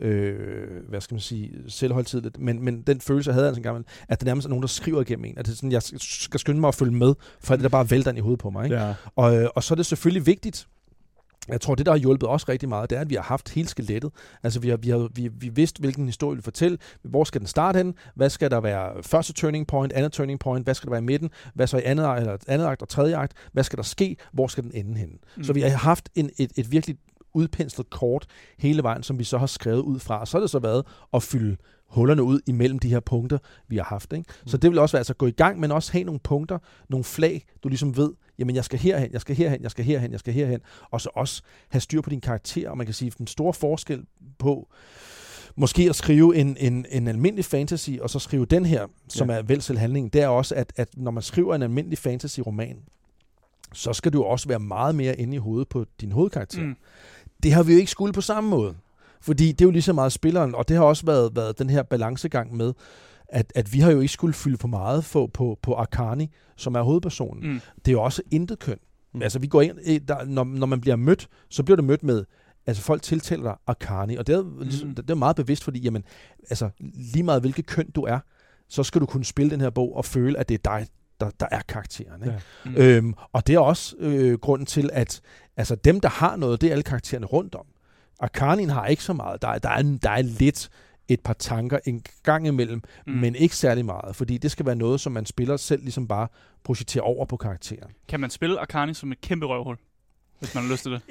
selvholdtidligt, men den følelse, jeg havde altså en gang, at det nærmest er nogen, der skriver igennem en. At det er sådan, jeg skal skynde mig at følge med, for det der bare vælter ind i hovedet på mig. Ikke? Ja. Og så er det selvfølgelig vigtigt. Jeg tror, det, der har hjulpet os rigtig meget, det er, at vi har haft hele skelettet. Altså, vi vidste, hvilken historie vi vil fortælle. Hvor skal den starte hen? Hvad skal der være første turning point, andet turning point? Hvad skal der være i midten? Hvad så i andet akt og tredje akt? Hvad skal der ske? Hvor skal den ende hen? Så vi har haft et virkelig udpenslet kort hele vejen, som vi så har skrevet ud fra. Så har det så været at fylde hullerne ud imellem de her punkter, vi har haft. Ikke? Så det vil også være altså gå i gang, men også have nogle punkter, nogle flag, du ligesom ved, jamen jeg skal herhen, jeg skal herhen, jeg skal herhen, jeg skal herhen, og så også have styr på dine karakterer, og man kan sige, den store forskel på måske at skrive en almindelig fantasy, og så skrive den her, som er velselhandlingen, det er også, at når man skriver en almindelig fantasy-roman, så skal du også være meget mere inde i hovedet på din hovedkarakter. Det har vi jo ikke skulle på samme måde. Fordi det er jo lige så meget spilleren, og det har også været den her balancegang med, at vi har jo ikke skulle fylde for meget på Akani, som er hovedpersonen. Det er jo også intet køn. Altså vi går ind, når man bliver mødt, så bliver du mødt med, altså folk tiltaler dig Akani, og det er meget bevidst, fordi jamen, altså, lige meget hvilket køn du er, så skal du kunne spille den her bog og føle, at det er dig, der er karakteren. Ikke? Og det er også grunden til, at altså, dem, der har noget, det er alle karaktererne rundt om. Arkanien har ikke så meget. Der er lidt et par tanker en gang imellem, men ikke særlig meget, fordi det skal være noget, som man spiller selv ligesom bare projekterer over på karakteren. Kan man spille Arkanien som et kæmpe røvhul? hvis man har lyst til det.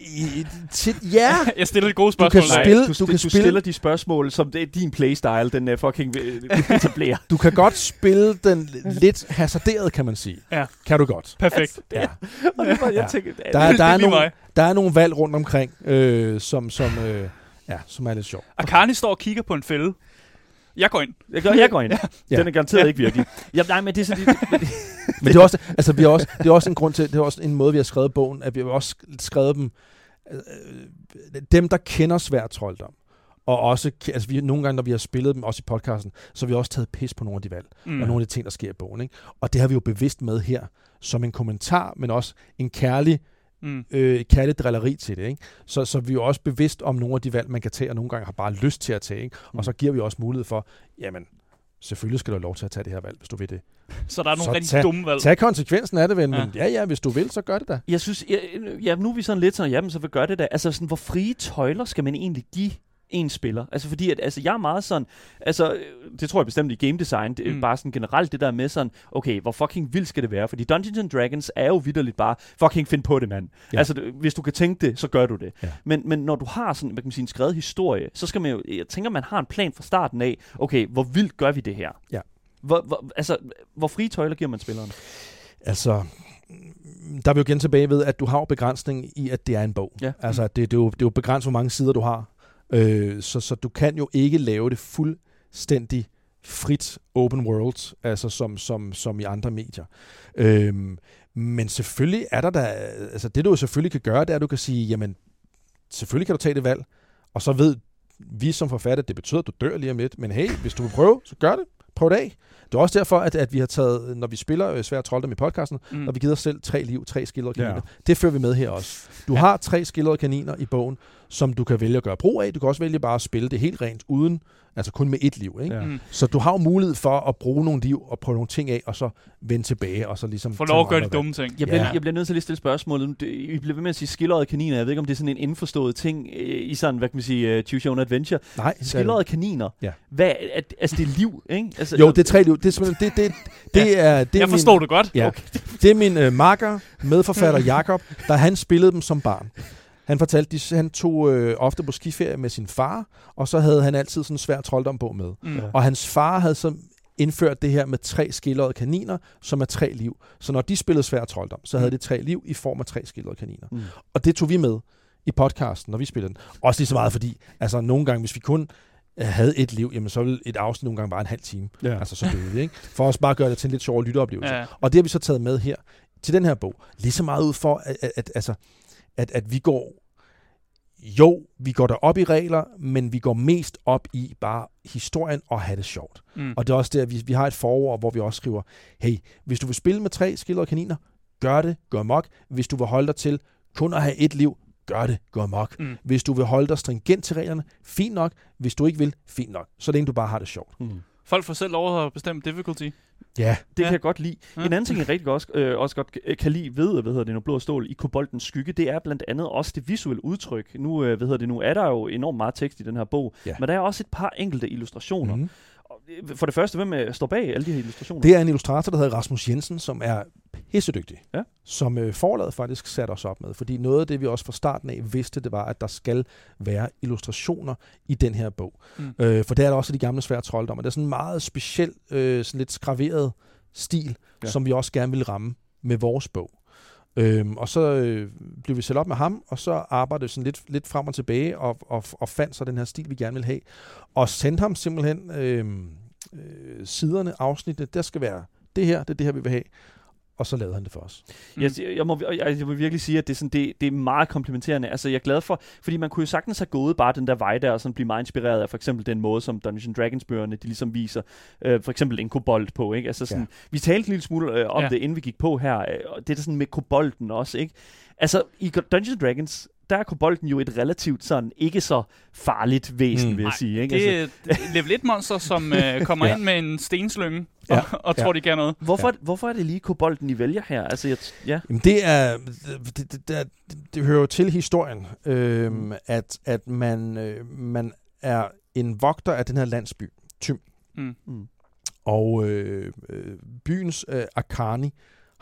Ja. Jeg stiller et gode spørgsmål. Du stiller de spørgsmål, som det er din playstyle, den fucking etablerer. Du kan godt spille den lidt hasarderet, kan man sige. Ja. Kan du godt. Perfekt. Ja. Og det var, jeg tænker, der er nogle valg rundt omkring, som er lidt sjovt. Akani står og kigger på en fælde. Jeg går ind. Jeg går ind. Ja. Den er garanteret ikke virkelig. Nej, men det er sådan men det er også, altså det er også en grund til, det er også en måde, vi har skrevet bogen, at vi har også skrevet dem, der kender sværdtrolddom, og også, altså nogle gange, når vi har spillet dem, også i podcasten, så har vi også taget pis på nogle af de valg, og nogle af de ting, der sker i bogen, ikke? Og det har vi jo bevidst med her, som en kommentar, men også en kærlig drilleri til det, ikke? Så vi er jo også bevidst om nogle af de valg, man kan tage, og nogle gange har bare lyst til at tage, ikke? Og så giver vi også mulighed for, jamen, selvfølgelig skal du have lov til at tage det her valg, hvis du vil det. Så der er nogle rigtig dumme valg. Tag konsekvensen af det, ven. Men ja, hvis du vil, så gør det da. Jeg synes, nu er vi sådan lidt sådan, jamen, så vil gøre det da. Altså, sådan, hvor frie tøjler skal man egentlig give en spiller? Altså, fordi at, altså, jeg er meget sådan, altså, det tror jeg bestemt i game design, det er bare sådan generelt det der med sådan, okay, hvor fucking vildt skal det være? Fordi Dungeons & Dragons er jo vitterligt bare, fucking find på det, mand. Ja. Altså, hvis du kan tænke det, så gør du det. Ja. Men når du har sådan, hvad kan man sige, en skrevet historie, så skal man jo, jeg tænker, man har en plan fra starten af, okay, hvor vildt gør vi det her? Ja. Hvor frie tøjler giver man spilleren? Altså, der er vi jo igen tilbage ved, at du har begrænsning i, at det er en bog. Ja. Altså, det er jo begrænset, hvor mange sider du har. Så du kan jo ikke lave det fuldstændig frit open world, altså som i andre medier. Men selvfølgelig er der altså det du jo selvfølgelig kan gøre, det er, at du kan sige, jamen, selvfølgelig kan du tage det valg, og så ved vi som forfatter, det betyder, at du dør lige om lidt, men hey, hvis du vil prøve, så gør det. Prøv det af. Det er også derfor, at vi har taget, når vi spiller Sværd Trolddom i podcasten, når vi giver os selv 3 liv, 3 skildrede kaniner. Ja. Det fører vi med her også. Du har 3 skildrede kaniner i bogen, som du kan vælge at gøre brug af. Du kan også vælge bare at spille det helt rent uden, altså kun med 1 liv. Ikke? Ja. Så du har jo mulighed for at bruge nogle liv og prøve nogle ting af, og så vende tilbage, og så ligesom... Få lov at gøre de dumme ting. Jeg bliver nødt til at stille spørgsmålet. I bliver ved med at sige skildrede kaniner. Jeg ved ikke, om det er sådan en indforstået ting i sådan, hvad kan man sige, Choose Your Own Adventure. Nej. Skildrede kaniner. Ja. Altså, det er liv, ikke? Altså, jo, det er 3 liv. Det er simpelthen... Det er jeg forstår det godt. Ja. Okay. Det er min makker, medforfatter Jakob, da han spillede dem som barn. Han fortalte, han tog ofte på skiferie med sin far, og så havde han altid sådan en svær trolddom med. Og hans far havde så indført det her med 3 skildrede kaniner, som er 3 liv. Så når de spillede svær trolddom, så havde det 3 liv i form af 3 skildrede kaniner. Og det tog vi med i podcasten, når vi spillede den. Også lige så meget, fordi altså, nogle gange, hvis vi kun havde 1 liv, jamen så ville et afsnit nogle gange bare en halv time. Ja. Altså så døde vi, ikke? For os bare at gøre det til en lidt sjovere lytteoplevelse. Ja. Og det har vi så taget med her til den her bog. Lige så meget ud for, at vi går... Jo, vi går der op i regler, men vi går mest op i bare historien og have det sjovt. Og det er også der, vi har et forord, hvor vi også skriver, hey, hvis du vil spille med 3 skildrede kaniner, gør det, gør amok. Hvis du vil holde dig til kun at have 1 liv, gør det, gør amok. Hvis du vil holde dig stringent til reglerne, fint nok. Hvis du ikke vil, fint nok. Så længe du bare har det sjovt. Folk får selv lov at bestemme difficulty. Ja, det kan jeg godt lide. Ja. En anden ting, jeg rigtig også godt kan lide ved, Blå og Stål i Koboldens Skygge, det er blandt andet også det visuelle udtryk. Nu, er der jo enormt meget tekst i den her bog, men der er også et par enkelte illustrationer. For det første, hvem står bag alle de her illustrationer? Det er en illustrator, der hedder Rasmus Jensen, som er pissedygtig. Ja. Som forlaget faktisk satte os op med. Fordi noget af det, vi også fra starten af vidste, det var, at der skal være illustrationer i den her bog. For det er der også de gamle svære trolddom. Det er sådan en meget speciel, sådan lidt skraveret stil, som vi også gerne vil ramme med vores bog. Og så blev vi sat op med ham, og så arbejdede sådan lidt frem og tilbage, og fandt så den her stil, vi gerne vil have. Og sendte ham simpelthen siderne, afsnittene, der skal være det her, det er det her, vi vil have. Og så lavede han det for os. Jeg må virkelig sige, at det er meget komplementerende. Altså, jeg er glad for, fordi man kunne jo sagtens have gået bare den der vej der, og sådan blive meget inspireret af for eksempel den måde, som Dungeons & Dragons-bøgerne, de ligesom viser, for eksempel en kobold på, ikke? Altså sådan, vi talte en lille smule om det, inden vi gik på her, og det er sådan med kobolden også, ikke? Altså, i Dungeons & Dragons, der er kobolden jo et relativt sådan, ikke så farligt væsen, vil jeg sige. Ikke? Det er level 1 monster, som kommer ind med en stenslynge, og tror, de kan noget. Hvorfor er det lige kobolden, I vælger her? Altså, Jamen, det hører jo til historien, at man er en vogter af den her landsby, Tym. Og byens Akani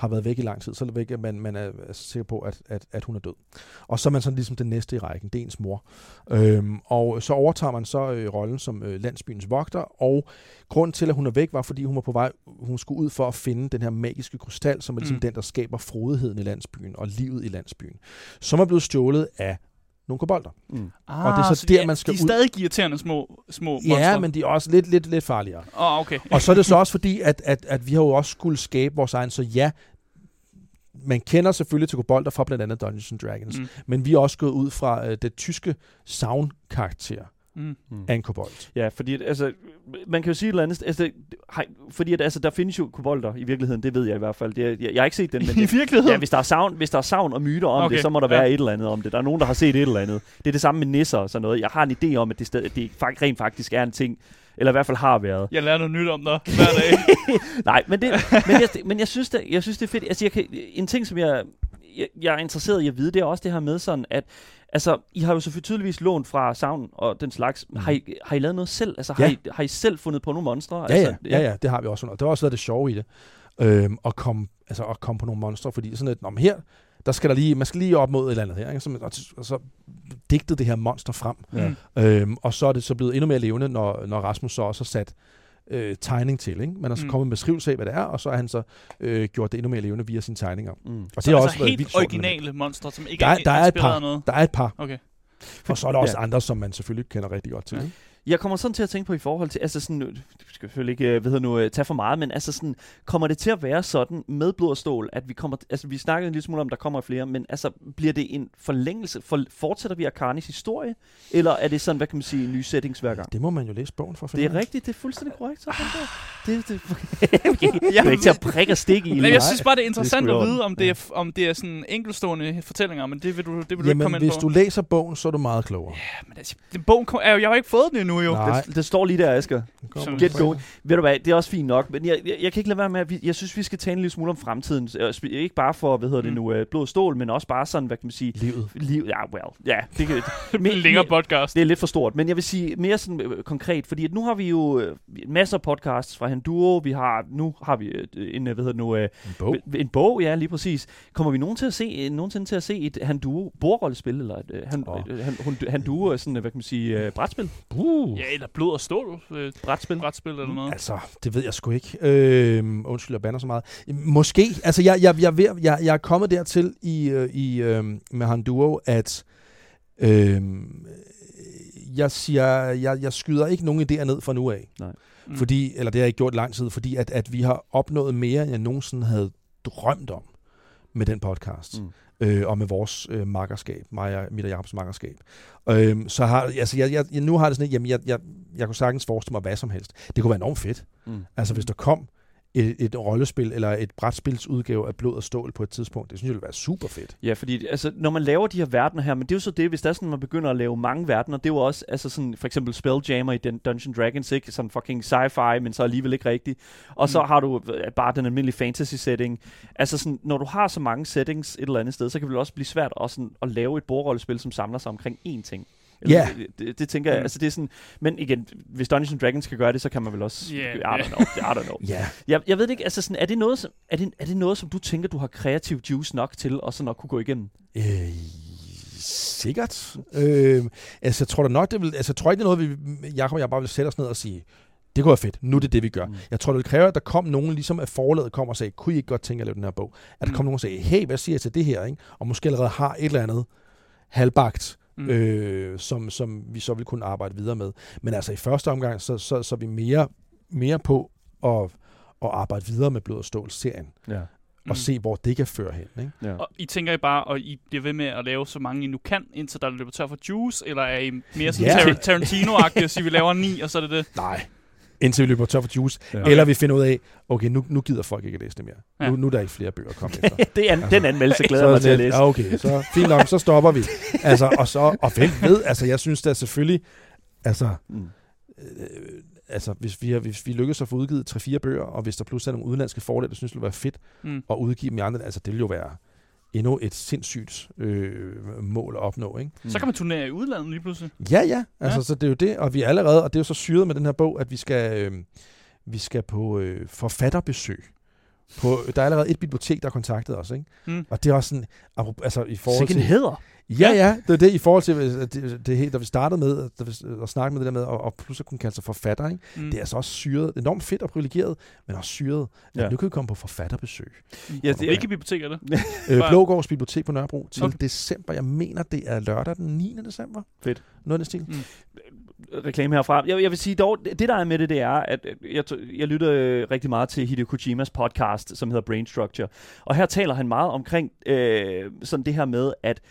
har været væk i lang tid, så er det væk, at man er sikker på, at hun er død. Og så er man sådan ligesom den næste i rækken, det er ens mor. Og så overtager man så rollen som landsbyens vogter, og grunden til, at hun er væk, var, fordi hun var på vej, hun skulle ud for at finde den her magiske krystal, som er ligesom den, der skaber frodigheden i landsbyen, og livet i landsbyen, som er blevet stjålet af nogle kobolder. Og det er så der, man skal de er stadig irriterende små monstre. Ja, men de er også lidt farligere. Okay. Og så er det så også fordi, at vi har jo også skulle skabe vores egen, så ja, man kender selvfølgelig til kobolder fra blandt andet Dungeons & Dragons, men vi er også gået ud fra det tyske sound-karakter af en kobold. Ja, fordi altså, man kan jo sige et eller andet, altså, fordi at, altså, der findes jo kobolder i virkeligheden, det ved jeg i hvert fald. Jeg har ikke set den, men i virkeligheden? Ja, hvis der er savn og myter om det, så må der være et eller andet om det. Der er nogen, der har set et eller andet. Det er det samme med nisser og sådan noget. Jeg har en idé om, at det rent faktisk er en ting, eller i hvert fald har været. Jeg lærer noget nyt om dig hver dag. Nej, men jeg synes det er fedt. Altså, en ting, som jeg er interesseret i at vide, det er også det her med sådan, at altså, I har jo selvfølgelig tydeligvis lånt fra savn og den slags. Har I lavet noget selv? Altså, har I selv fundet på nogle monstre? Ja, det har vi også. Det har også været det sjove i det. At komme på nogle monstre, fordi sådan et, her, der skal man skal lige op mod et eller andet her, ikke? Og så digtede det her monster frem. Ja. Og så er det så blevet endnu mere levende, når Rasmus så også har sat tegning til, ikke? Man har så kommet med beskrivelse af, hvad det er, og så har han så gjort det endnu mere levende via sine tegninger. Og det er også helt originale monstre, som ikke er inspireret af noget? Der er et par. Okay. Og så er der også andre, som man selvfølgelig kender rigtig godt til. Ja. Jeg kommer sådan til at tænke på i forhold til, altså sådan, det skal selvfølgelig ikke tage for meget, men altså sådan, kommer det til at være sådan med blod og stål, at vi kommer, altså vi snakkede en lille smule om, der kommer flere, men altså bliver det en forlængelse, fortsætter vi Arcanis historie, eller er det sådan, hvad kan man sige, nye settings hver gang? Det må man jo læse bogen for. Det er rigtigt, det er fuldstændig korrekt. Så jeg er ikke til at prikke og stikke i. Jeg synes bare, det er interessant at vide, om det er sådan enkeltstående fortællinger, men det vil du ikke komme ind på. Hvis du læser bogen, så er du meget klogere. Ja, men altså, bogen jeg har jo ikke fået den endnu, jo. Det står lige der, Asger. Get going. Ved du hvad, det er også fint nok, men jeg kan ikke lade være med, at jeg synes, vi skal tale en lille smule om fremtiden. Ikke bare for, blod og stål, men også bare sådan, hvad kan man sige... Livet. Længere podcast. Det er lidt for stort, men jeg vil sige mere sådan konkret, fordi at nu har vi jo masser af podcasts fra Handuro. Nu har vi en bog, ja, lige præcis. Kommer vi nogensinde til at se et Handuro bordrollespil, eller et Handuro sådan, hvad kan man sige, brætspil? Ja, eller blod og stål. Brætspil eller noget. Altså, det ved jeg sgu ikke. Undskyld, jeg bander så meget. Måske. Altså, jeg er kommet dertil med Handuro, at jeg skyder ikke nogen idéer ned fra nu af. Nej. Fordi, eller det har jeg ikke gjort lang tid, fordi at vi har opnået mere, end jeg nogensinde havde drømt om med den podcast. Og med vores makkerskab, mit og Jakobs makkerskab. Så nu har det sådan, jamen jeg kunne sagtens forestille mig hvad som helst. Det kunne være enormt fedt. Altså hvis der kom et rollespil eller et brætspilsudgave af blod og stål på et tidspunkt, det synes jeg ville være super fedt. Ja, fordi altså, når man laver de her verdener her, men det er jo så det, hvis der er sådan, man begynder at lave mange verdener, det er jo også altså sådan, for eksempel Spelljammer i Dungeons & Dragons, ikke? Sådan fucking sci-fi, men så alligevel ikke rigtigt. Og så har du bare den almindelige fantasy setting. Altså sådan, når du har så mange settings et eller andet sted, så kan det også blive svært at lave et bordrollespil, som samler sig omkring én ting. Ja. Det tænker jeg, altså det er sådan, men igen, hvis Dungeons & Dragons kan gøre det, så kan man vel også, I don't know. Yeah. Jeg ved ikke, altså sådan, er det noget, som du tænker, du har kreativ juice nok til, og så nok kunne gå igennem? Sikkert. Altså jeg tror da nok, jeg tror ikke, det er noget, Jakob og jeg bare vil sætte os ned og sige, det kunne være fedt, nu er det vi gør. Jeg tror, det vil kræve, at der kom nogen, ligesom at forlaget kom og sagde, kunne I ikke godt tænke at lave den her bog? At der kom nogen og sagde, hey, hvad siger jeg til det her? Ikke? Og måske allerede har et eller andet halvbagt, som vi så vil kunne arbejde videre med. Men altså i første omgang, så er vi mere på at arbejde videre med blod og stål-serien. Ja. Og se, hvor det kan føre hen. Ikke? Ja. Og I tænker I bare, og I bliver ved med at lave så mange I nu kan, indtil der løber tør for juice, eller er I mere sådan Tarantino-agtige, og sige, vi laver 9, og så er det det? Nej. Indtil vi løber tør for juice. Ja. Eller vi finder ud af, okay, nu gider folk ikke at læse det mere. Ja. Nu er der ikke flere bøger at komme efter. Den anmeldelse glæder mig til at læse. Ja, okay, så fint nok, så stopper vi. Altså, og hvem ved, altså jeg synes da selvfølgelig, hvis vi lykkes at få udgivet 3-4 bøger, og hvis der pludselig er nogle udenlandske fordele, det synes jeg ville være fedt at udgive dem i andre, altså det ville jo være endnu et sindssygt mål at opnå, ikke? Så kan man turnere i udlandet lige pludselig. Ja. Altså, så det er jo det, og vi er allerede, og det er jo så syret med den her bog, at vi skal på forfatterbesøg Der er allerede et bibliotek, der har kontaktet os, ikke? Og det er også sådan, altså i forhold til... hedder. Ja, det er det i forhold til, det da vi startede med at snakke med det der med, og pludselig kunne kalde sig forfatter, ikke? Det er altså også syret, enormt fedt og privilegeret, men også syret. Ja. Nu kan vi komme på forfatterbesøg. Ja, det er ikke bibliotek, er det? Blågårds Bibliotek på Nørrebro til december. Jeg mener, det er lørdag den 9. december. Fedt. Noget af den stil. Reklame herfra. Jeg vil sige dog, det der er med det er, at jeg lytter rigtig meget til Hideo Kojimas podcast, som hedder Brain Structure. Og her taler han meget omkring sådan det her med, at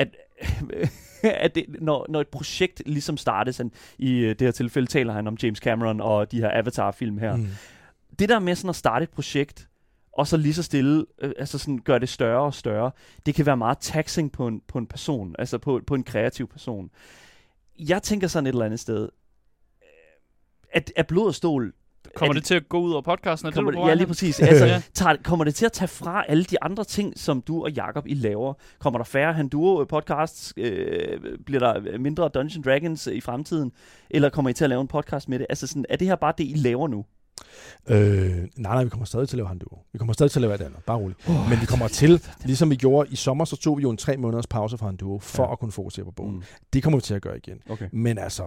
det, når et projekt ligesom startes, i det her tilfælde taler han om James Cameron og de her Avatar-film her. Det der med sådan at starte et projekt, og så lige så stille, altså sådan gøre det større og større, det kan være meget taxing på en person, altså på en kreativ person. Jeg tænker sådan et eller andet sted, at blod og stål... Kommer det til at gå ud over podcasten? Ja, lige præcis. Altså, kommer det til at tage fra alle de andre ting, som du og Jakob I laver? Kommer der færre Handuo-podcasts? Bliver der mindre Dungeons & Dragons i fremtiden? Eller kommer I til at lave en podcast med det? Altså, sådan, er det her bare det, I laver nu? Nej, vi kommer stadig til at lave Handuo. Vi kommer stadig til at lave alt andet. Bare roligt. Men vi kommer til, ligesom vi gjorde i sommer, så tog vi jo en 3 måneders pause fra Handuo, for at kunne fokusere på bogen. Det kommer vi til at gøre igen. Okay. Men altså...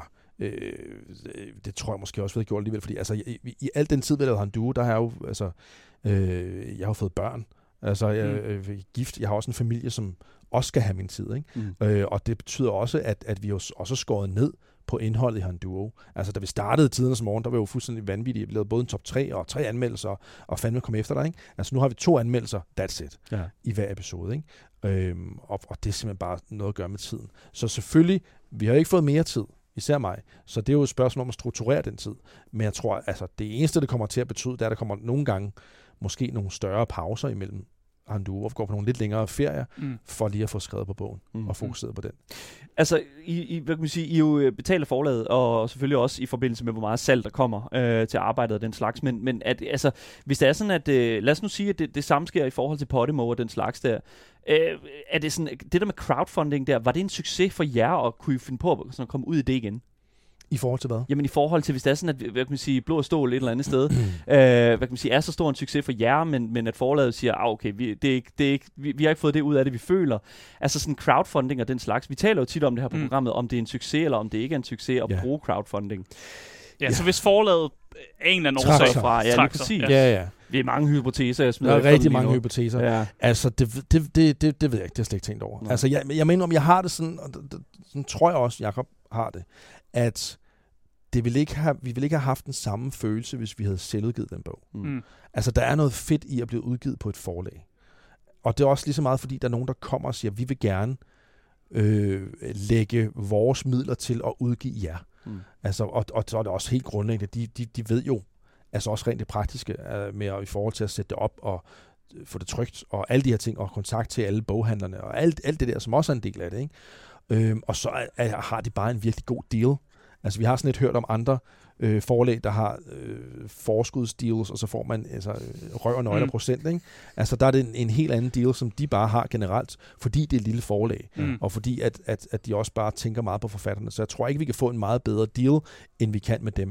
det tror jeg måske også, vi havde gjort alligevel, fordi altså, i al den tid, vi lavede Handuo, der har jeg jo, altså, jeg har fået børn, altså, jeg er gift, jeg har også en familie, som også skal have min tid, ikke? Og det betyder også, at vi jo også skåret ned på indholdet i Handuo. Altså, da vi startede tidernes morgen, der var jo fuldstændig vanvittigt. Vi lavede både en top 3 og 3 anmeldelser, og fandme kom efter dig, ikke? Altså, nu har vi 2 anmeldelser, that's it, i hver episode, ikke? Og det er simpelthen bare noget at gøre med tiden. Så selvfølgelig, vi har ikke fået mere tid, især mig. Så det er jo et spørgsmål om at strukturere den tid. Men jeg tror, altså det eneste, det kommer til at betyde, det er, at der kommer nogle gange måske nogle større pauser imellem Handuo, og går på nogle lidt længere ferier, for lige at få skrevet på bogen og fokuseret på den. Altså, hvad kan man sige, I jo betaler forlaget, og selvfølgelig også i forbindelse med, hvor meget salg der kommer til arbejdet og den slags, men at, altså, hvis det er sådan, at lad os nu sige, at det samme sker i forhold til Podimo og den slags der, er det sådan, det der med crowdfunding der, var det en succes for jer, og kunne I finde på at komme ud i det igen? I forhold til hvad? Jamen i forhold til, hvis det er sådan, at hvad kan man sige, blå og stål et eller andet sted, hvad kan man sige, er så stor en succes for jer, men at forlaget siger, okay, vi har ikke fået det ud af det, vi føler. Altså sådan crowdfunding og den slags. Vi taler jo tit om det her på programmet, om det er en succes, eller om det ikke er en succes at bruge crowdfunding. Ja, så hvis forlaget er en eller anden årsag fra, ja, lige præcis. Ja. Vi er mange hypoteser, jeg smider. Der er rigtig mange hypoteser. Ja. Altså, det ved jeg ikke, det har jeg slet ikke tænkt over. Nej. Altså, jeg mener, om jeg har det sådan, og sådan tror jeg også, Jakob har det, at vi ville ikke have haft den samme følelse, hvis vi havde selvudgivet den bog. Altså, der er noget fedt i at blive udgivet på et forlag. Og det er også lige så meget, fordi der er nogen, der kommer og siger, vi vil gerne lægge vores midler til at udgive jer. Altså, og så er det også helt grundlæggende, de ved jo, altså også rent det praktiske med i forhold til at sætte det op og få det trykt, og alle de her ting, og kontakt til alle boghandlerne, og alt det der, som også er en del af det, ikke? Og så har de bare en virkelig god deal. Altså, vi har sådan lidt hørt om andre forlag, der har forskudsdeals, og så får man altså, røv og nøgler procent, ikke? Altså, der er det en helt anden deal, som de bare har generelt, fordi det er et lille forlag, og fordi at de også bare tænker meget på forfatterne. Så jeg tror ikke, vi kan få en meget bedre deal, end vi kan med dem.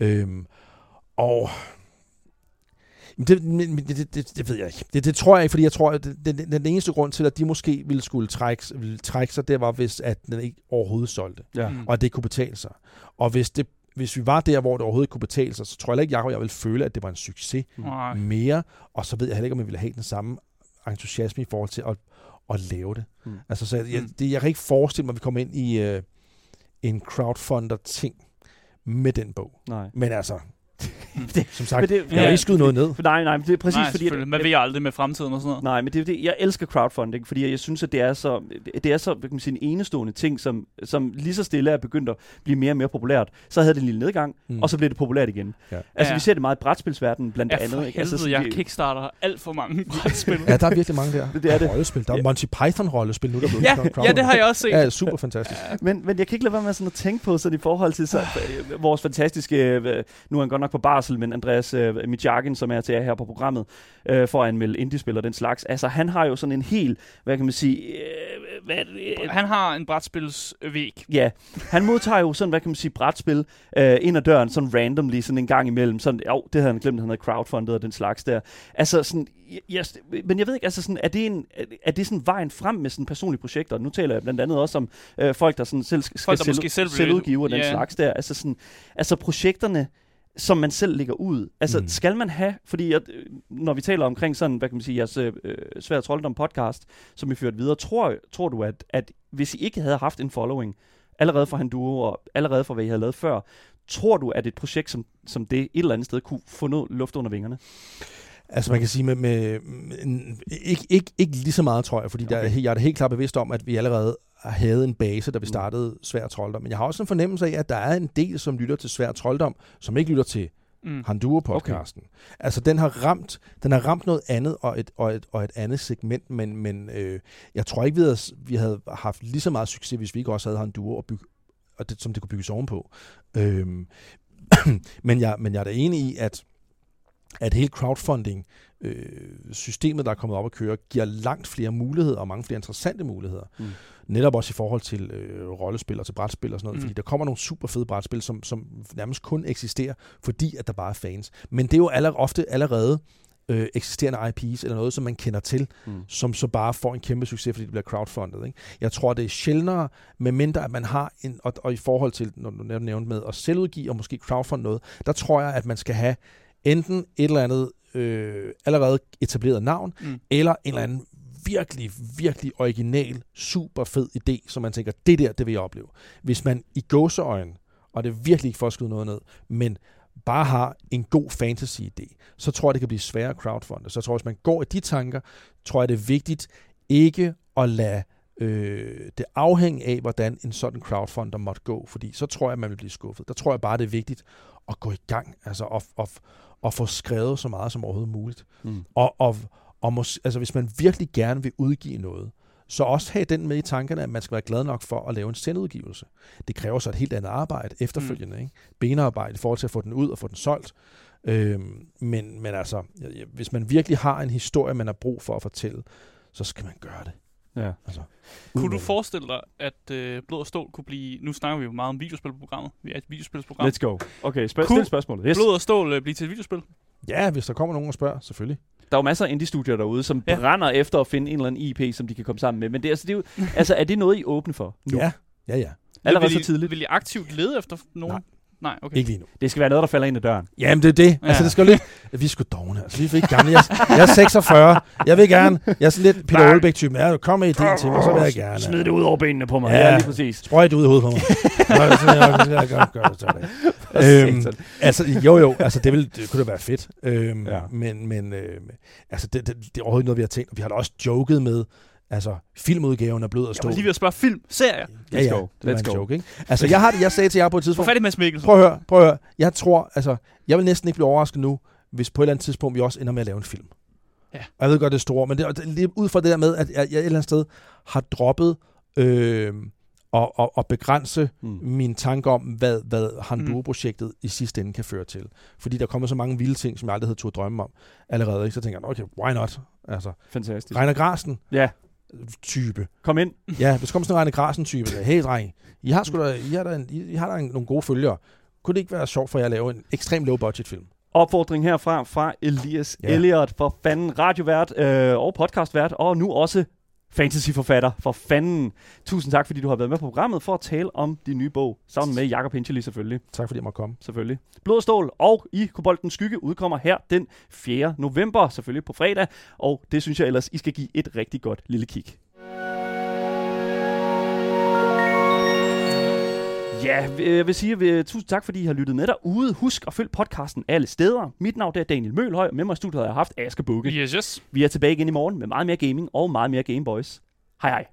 Og det ved jeg ikke. Det tror jeg ikke, fordi jeg tror, at den eneste grund til, at de måske ville skulle trække sig, det var, hvis at den ikke overhovedet solgte. Ja. Og at det kunne betale sig. Og hvis vi var der, hvor det overhovedet kunne betale sig, så tror jeg ikke, jeg ville føle, at det var en succes mere. Og så ved jeg heller ikke, om jeg ville have den samme entusiasme i forhold til at lave det. Altså, så jeg kan ikke forestille mig, at vi kommer ind i en crowdfunder-ting med den bog. Nej. Men altså... som sagt, jeg har ikke skudt noget ned. Nej, det er præcis fordi... Man ved aldrig med fremtiden og sådan noget. Nej, men det er det. Jeg elsker crowdfunding, fordi jeg synes, at det er så hvad kan man sige, en enestående ting, som lige så stille er begyndt at blive mere og mere populært. Så havde det en lille nedgang, og så blev det populært igen. Ja. Altså, vi ser det meget i brætspilsverdenen, blandt andet. Ikke? Altså, jeg kickstarter alt for mange brætspil. Ja, der er virkelig mange der. Det er det. Rollespil. Der er Monty Python-rollespil nu, der blev ja, det har jeg også set. Ja, super fantastisk. Men jeg kan ikke lade være med sådan at tænke på sådan i forhold til vores fantastiske... Nu er han godt nok på bars advarsel, men Andreas Mijakin, som er til her på programmet, for at anmelde indie-spil og den slags. Altså, han har jo sådan en helt, hvad kan man sige... Han har en brætspilsvæg. Ja, han modtager jo sådan, hvad kan man sige, brætspil ind ad døren, sådan randomly, sådan en gang imellem. Sådan, det havde han glemt, han havde crowdfundet og den slags der. Altså sådan, men jeg ved ikke, altså sådan, er det sådan vejen frem med sådan personlige projekter? Nu taler jeg blandt andet også om folk, der sådan selv skal selvudgive og den slags der. Altså projekterne, som man selv lægger ud. Altså, skal man have, fordi når vi taler omkring sådan, hvad kan man sige, jeres Sværd Trolddom podcast, som I førte videre, tror du, at hvis I ikke havde haft en following, allerede fra Handuo, og allerede fra, hvad I havde lavet før, tror du, at et projekt som det et eller andet sted kunne få noget luft under vingerne? Altså man kan sige, ikke lige så meget, tror jeg, fordi jeg er da helt klart bevidst om, at vi allerede havde en base, da vi startede Sværd Trolddom. Men jeg har også en fornemmelse af, at der er en del, som lytter til Sværd Trolddom, som ikke lytter til Handuo-podcasten. Okay. Altså den har ramt noget andet og et andet segment, men jeg tror ikke, vi havde haft lige så meget succes, hvis vi ikke også havde Handuo som det kunne bygges ovenpå. Men jeg er da enig i, at hele crowdfunding systemet, der er kommet op at køre, giver langt flere muligheder og mange flere interessante muligheder. Netop også i forhold til rollespil og til brætspil og sådan noget, fordi der kommer nogle super fede brætspil, som nærmest kun eksisterer, fordi at der bare er fans. Men det er jo ofte allerede eksisterende IPs eller noget, som man kender til, som så bare får en kæmpe succes, fordi det bliver crowdfundet. Ikke? Jeg tror, det er sjældnere, medmindre at man har og i forhold til, når du nævnte med at selvudgive og måske crowdfund noget, der tror jeg, at man skal have enten et eller andet allerede etableret navn, eller en eller anden virkelig, virkelig original, super fed idé, som man tænker, det vil jeg opleve. Hvis man i gåseøjne, og det er virkelig ikke for at skyde noget ned, men bare har en god fantasy-idé, så tror jeg, det kan blive sværere at crowdfunde. Så jeg tror, hvis man går i de tanker, tror jeg, det er vigtigt ikke at lade det afhænge af, hvordan en sådan crowdfunder måtte gå, fordi så tror jeg, man vil blive skuffet. Der tror jeg bare, det er vigtigt at gå i gang, altså at få skrevet så meget som overhovedet muligt. Altså hvis man virkelig gerne vil udgive noget, så også have den med i tankerne, at man skal være glad nok for at lave en selvudgivelse. Det kræver så et helt andet arbejde efterfølgende, ikke? Benarbejde i forhold til at få den ud og få den solgt. Men altså, hvis man virkelig har en historie, man har brug for at fortælle, så skal man gøre det. Ja. Altså, kunne du forestille dig, at Blod og Stål kunne blive... Nu snakker vi jo meget om videospilprogrammet. Vi er et videospilsprogram. Let's go. Okay, stil spørgsmålet. Yes. Blod og Stål blive til et videospil? Ja, hvis der kommer nogen og spørger, selvfølgelig. Der er jo masser af indie-studier derude, som brænder efter at finde en eller anden IP, som de kan komme sammen med. Men er det noget, I er åbne for nu? Ja. Allerede så tidligt. Vil I aktivt lede efter nogen? Nej, okay. Ikke lige nu. Det skal være noget, der falder ind ad døren. Jamen, det er det. Ja. Altså, det skal jo lidt... Vi er sgu dogne, altså. Vi er ikke gamle. Jeg er 46. Jeg vil gerne... Jeg er sådan lidt Peter Aalbæk-typen. Ja, kom med idéen til mig, så vil jeg gerne. Smid det ud over benene på mig. Ja, lige præcis. Sprøjt det ud i hovedet på mig. Altså, jo. Altså, det kunne da være fedt. Men altså, det er overhovedet ikke noget, vi har tænkt. Vi har da også joket med... Altså, filmudgaven er Blod og Stål. Jeg var lige ved at spørge film-serier. Let's go. Joke, ikke? Altså, jeg sagde til jer på et tidspunkt... Få fat i Mads Mikkelsen. Prøv at høre. Jeg tror, altså... Jeg vil næsten ikke blive overrasket nu, hvis på et eller andet tidspunkt vi også ender med at lave en film. Ja. Og jeg ved godt, det er store, men det er lige ud fra det der med, at jeg et eller andet sted har droppet at begrænse mine tanker om, hvad Handuo-projektet i sidste ende kan føre til. Fordi der kommer så mange vilde ting, som jeg aldrig havde turde drømme om allerede. Ikke? Så tænker jeg, okay, why not? Altså, fantastisk. Reiner Grasten. Ja. Type. Kom ind. Ja, hvis kommer sådan en Reiner Grasten-type. Hey, dreng, I har der nogle gode følgere. Kunne det ikke være sjovt for jer at lave en ekstremt low-budget film? Opfordring herfra fra Elias Elliot, for fanden radiovært og podcastvært, og nu også fantasyforfatter, for fanden. Tusind tak, fordi du har været med på programmet for at tale om din nye bog, sammen med Jakob Hinchely selvfølgelig. Tak fordi jeg måtte komme. Selvfølgelig. Blod og Stål og I Koboldens Skygge udkommer her den 4. november, selvfølgelig på fredag, og det synes jeg ellers, I skal give et rigtig godt lille kig. Ja, jeg vil sige tusind tak, fordi I har lyttet med derude. Husk at følge podcasten alle steder. Mit navn er Daniel Mølhøj, og med mig i studiet har jeg haft Asger Bugge. Yes. Vi er tilbage igen i morgen med meget mere gaming og meget mere Gameboys. Hej hej.